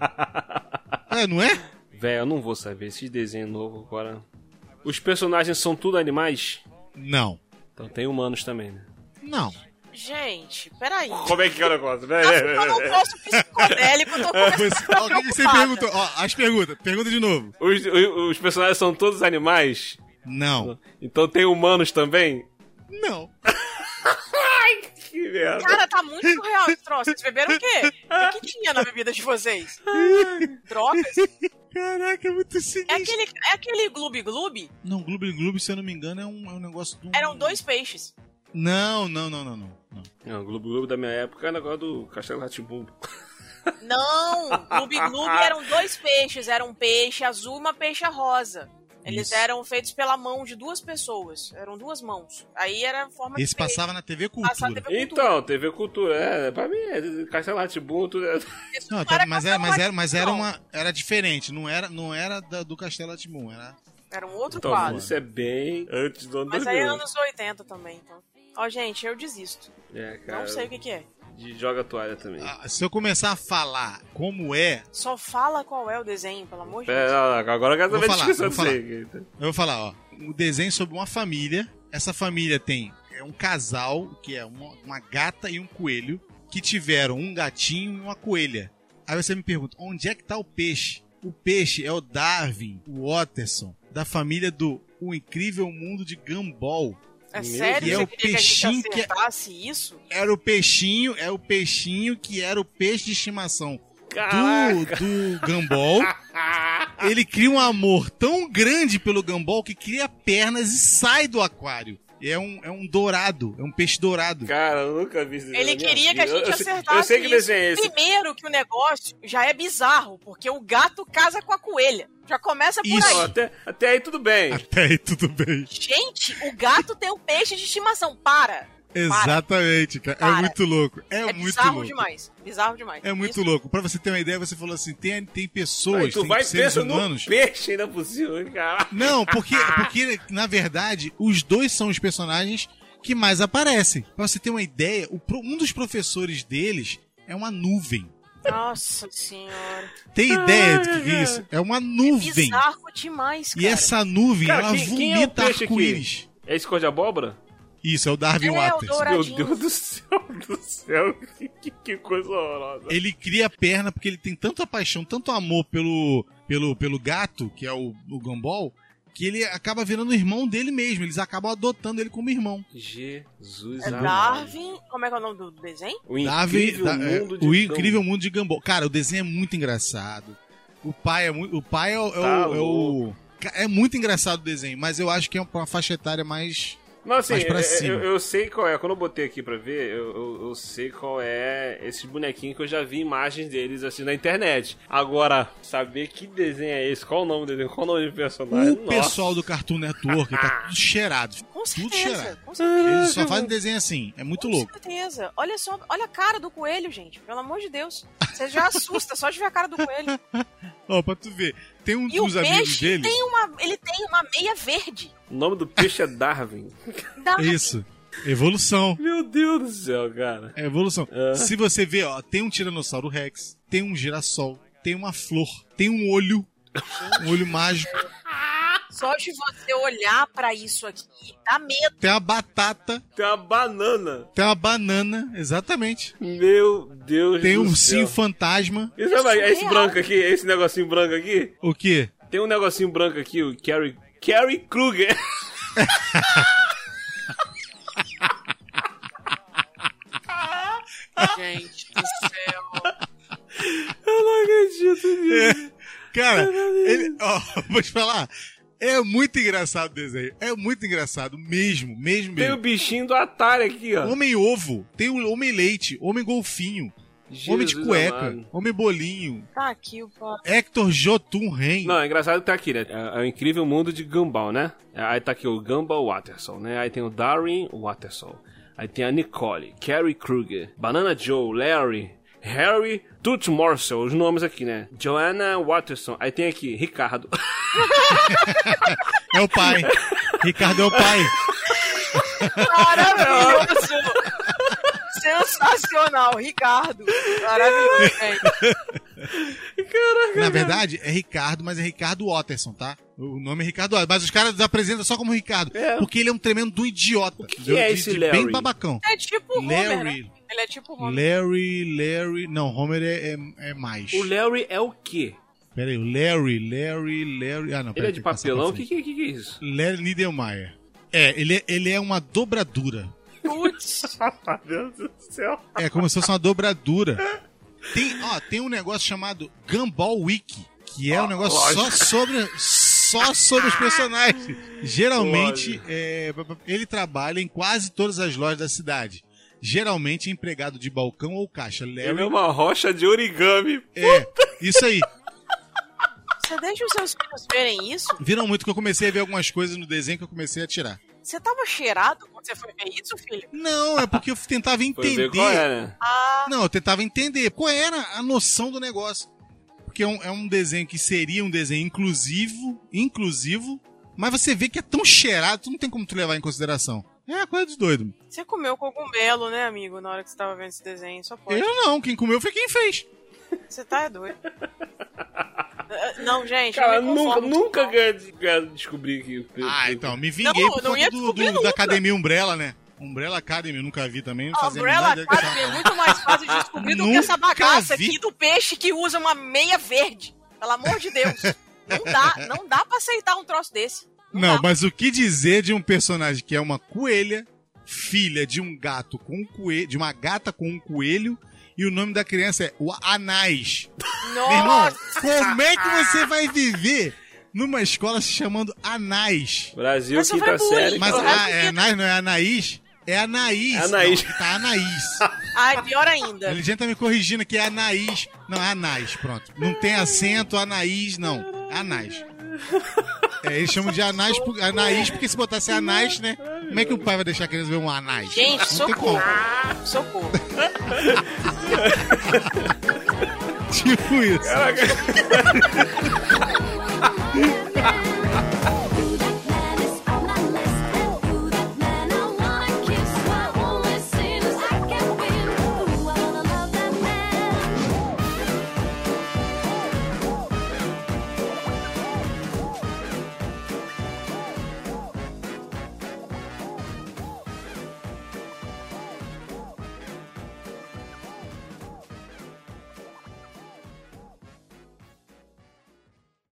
Não é? Véi, eu não vou saber. Esses desenhos novos agora... Os personagens são tudo animais? Não. Então tem humanos também, né? Não. Gente, peraí. Como é que é o negócio? Eu não posso psicodélico, eu tô começando a O que você preocupada. perguntou? Ó, as perguntas. Pergunta de novo. Os personagens são todos animais? Não. Então tem humanos também? Não. Que merda. Cara, tá muito surreal esse troço. Vocês beberam o quê? O que tinha na bebida de vocês? Drogas? Caraca, é muito sinistro. É aquele Gloob Gloob? Não, Gloob Gloob, se eu não me engano, é um negócio do... Eram 2 peixes. Não. Não, o Globo Globo da minha época é o negócio do Castelo Rá-Tim-Bum. Não, Gloob Gloob eram 2 peixes. Era um peixe azul e uma peixe rosa. Eles eram feitos pela mão de 2 pessoas. Eram 2 mãos. Aí era a forma Esse de peixe. passava na TV Passava na Cultura. TV Cultura. Então, TV Cultura, pra mim é Castelo Rá-Tim-Bum, tudo é... Isso Não, não tá, era mas era não. uma... Era diferente, não era do Castelo Rá-Tim-Bum, era... Era um outro Então, quadro. isso é bem antes do ano Mas 2000. aí é anos 80 também, então. Ó, gente, eu desisto. É, cara, Não sei o que é. joga a toalha também. Se eu começar a falar como é... Só fala qual é o desenho, pelo amor de Deus. Pera, agora eu quero saber a descrição disso vou aí. Eu vou falar, ó. O desenho sobre uma família. Essa família tem um casal, que é uma gata e um coelho, que tiveram um gatinho e uma coelha. Aí você me pergunta, onde é que tá o peixe? O peixe é o Darwin Watterson, da família do O Incrível Mundo de Gumball. É sério? E é Você o queria peixinho que a gente acertasse isso? Era o peixinho que era o peixe de estimação do Gumball. Ele cria um amor tão grande pelo Gumball que cria pernas e sai do aquário. É um dourado, é um peixe dourado. Cara, eu nunca vi isso. Ele queria que a gente acertasse Eu sei que isso. desenho é esse. Primeiro que o negócio já é bizarro, porque o gato casa com a coelha. Já começa por Isso. aí. Até aí tudo bem. Até aí tudo bem. Gente, o gato tem um peixe de estimação. Para. Exatamente, cara. Para. É muito louco. É muito bizarro louco. demais. Bizarro demais. É muito Isso. louco. Pra você ter uma ideia, você falou assim, tem Aí pessoas, tu tem vai seres pensando humanos... no peixe ainda por cima, cara. Não, porque, na verdade, os dois são os personagens que mais aparecem. Pra você ter uma ideia, um dos professores deles é uma nuvem. Nossa senhora. Tem ideia do que é isso? É uma nuvem. Bizarro demais, cara. E essa nuvem, Cara, ela quem é o vomita peixe arco-íris. É esse cor de abóbora? Isso, é o Darwin É, o Waters. douradinho. Meu Deus do céu. Que coisa horrorosa. Ele cria a perna porque ele tem tanta paixão, tanto amor pelo gato, que é o Gumball, que ele acaba virando o irmão dele mesmo. Eles acabam adotando ele como irmão. Jesus É amado. Darwin. Como é que é o nome do desenho? O incrível mundo de o incrível mundo de Gumball. Cara, o desenho é muito engraçado. O pai é muito engraçado o desenho, mas eu acho que é uma faixa etária mais... Não, assim, mais pra cima. eu sei qual é. Quando eu botei aqui pra ver, eu sei qual é esses bonequinhos que eu já vi imagens deles assim na internet. Agora, saber que desenho é esse, qual o nome do desenho, qual o nome do personagem. O pessoal do Cartoon Network tá tudo cheirado. Com Tudo certeza. cheirado. Com certeza. Eles só fazem desenho assim. É muito louco. Com certeza. Olha só, olha a cara do coelho, gente. Pelo amor de Deus. Você já assusta só de ver a cara do coelho. Ó, pra tu ver. Tem um E o dos amigos peixe dele... ele tem uma meia verde. O nome do peixe é Darwin. Isso. Evolução. Meu Deus do céu, cara. É evolução. É. Se você ver, ó, tem um Tiranossauro Rex, tem um girassol, tem uma flor, tem um olho mágico, Só de você olhar pra isso aqui, dá medo. tem uma batata, Tem uma banana. tem uma banana, exatamente. Meu Deus Tem do um céu. ursinho fantasma. Isso é esse surreal. branco aqui, esse negocinho branco aqui. O quê? Tem um negocinho branco aqui, o Carrie Kruger. Gente do céu. Eu não acredito nisso. Cara, ele, ó, vou te falar, é muito engraçado o desenho. É muito engraçado, mesmo Tem o mesmo. bichinho do Atari aqui, ó. Homem ovo, tem o homem leite, homem golfinho. Homem de Jesus Cueca, amado. Homem Bolinho, Tá aqui o pau. Hector Jotun Ren. Não, é engraçado que tá aqui, né? É o incrível mundo de Gumball, né? Aí tá aqui o Gumball Watterson, né? Aí tem o Darren Watterson. Aí tem a Nicole, Carrie Kruger, Banana Joe, Larry, Harry, Toots Morsel, os nomes aqui, né? Joanna Watterson. Aí tem aqui, Ricardo. É o pai. Ricardo é o pai. Maravilhoso! Sensacional, Ricardo. Maravilhoso, gente. Na verdade, é Ricardo, mas é Ricardo Watterson, tá? O nome é Ricardo Watterson. Mas os caras apresentam só como Ricardo. É. Porque ele é um tremendo do idiota. O que é esse Larry? Bem babacão. É tipo o Homer, né? Larry. Ele é tipo o Homer. Larry... Não, Homer é mais. O Larry é o quê? Pera aí, o Larry... Ah, não, Ele pera é aí, de tem que passar papelão? O pra que frente. é isso? Larry Niedermeyer. Ele é uma dobradura. Putz. Meu Deus do céu. É como se fosse uma dobradura. Tem um negócio chamado Gumball Wiki, que é um negócio só sobre os personagens. Geralmente, ele trabalha em quase todas as lojas da cidade. Geralmente empregado de balcão ou caixa. Ele é Larry, uma rocha de origami. isso aí. Você deixa os seus filhos verem isso? Viram muito que eu comecei a ver algumas coisas no desenho que eu comecei a tirar. Você tava cheirado quando você foi ver isso, filho? Não, é porque eu tentava Foi entender. ver qual é, né? Ah, Não, eu tentava entender qual era a noção do negócio. Porque é um desenho que seria um desenho inclusivo, mas você vê que é tão cheirado, tu não tem como tu levar em consideração. É uma coisa de doido. você comeu cogumelo, né, amigo, na hora que você tava vendo esse desenho. Só pode. Eu não, quem comeu foi quem fez. Você tá doido. Não, gente, Cara, eu me conformo nunca com ganhei descobrir que... Então, me vinguei Não, por não conta ia descobrir da nunca. Academia Umbrella, né? Umbrella Academy, eu nunca vi também. Não A fazia a Umbrella menor ideia do que Academy é tava muito mais fácil de descobrir do que essa Nunca bagaça vi. aqui do peixe que usa uma meia verde. Pelo amor de Deus. Não dá pra aceitar um troço desse. Não, dá. mas o que dizer de um personagem que é uma coelha, filha de um gato com um coelho, de uma gata com um coelho, e o nome da criança é o Anais. Meu irmão, Nossa! como é que você vai viver numa escola se chamando Anais? Brasil, Mas quinta sofre bullying. série. Mas Então, é Anais, não é Anaís? É Anaís. Anaís. Não, tá Anaís. Ai, pior ainda. A gente tá me corrigindo aqui, é Anaís. Não, é Anais, pronto. Não tem acento, Anaís, não. Anais. Eles chamam de Anaís porque se botasse Anais, né? Como é que o pai vai deixar a criança ver um Anais? Gente, Não tem como. socorro. Socorro. Tipo isso. Caraca.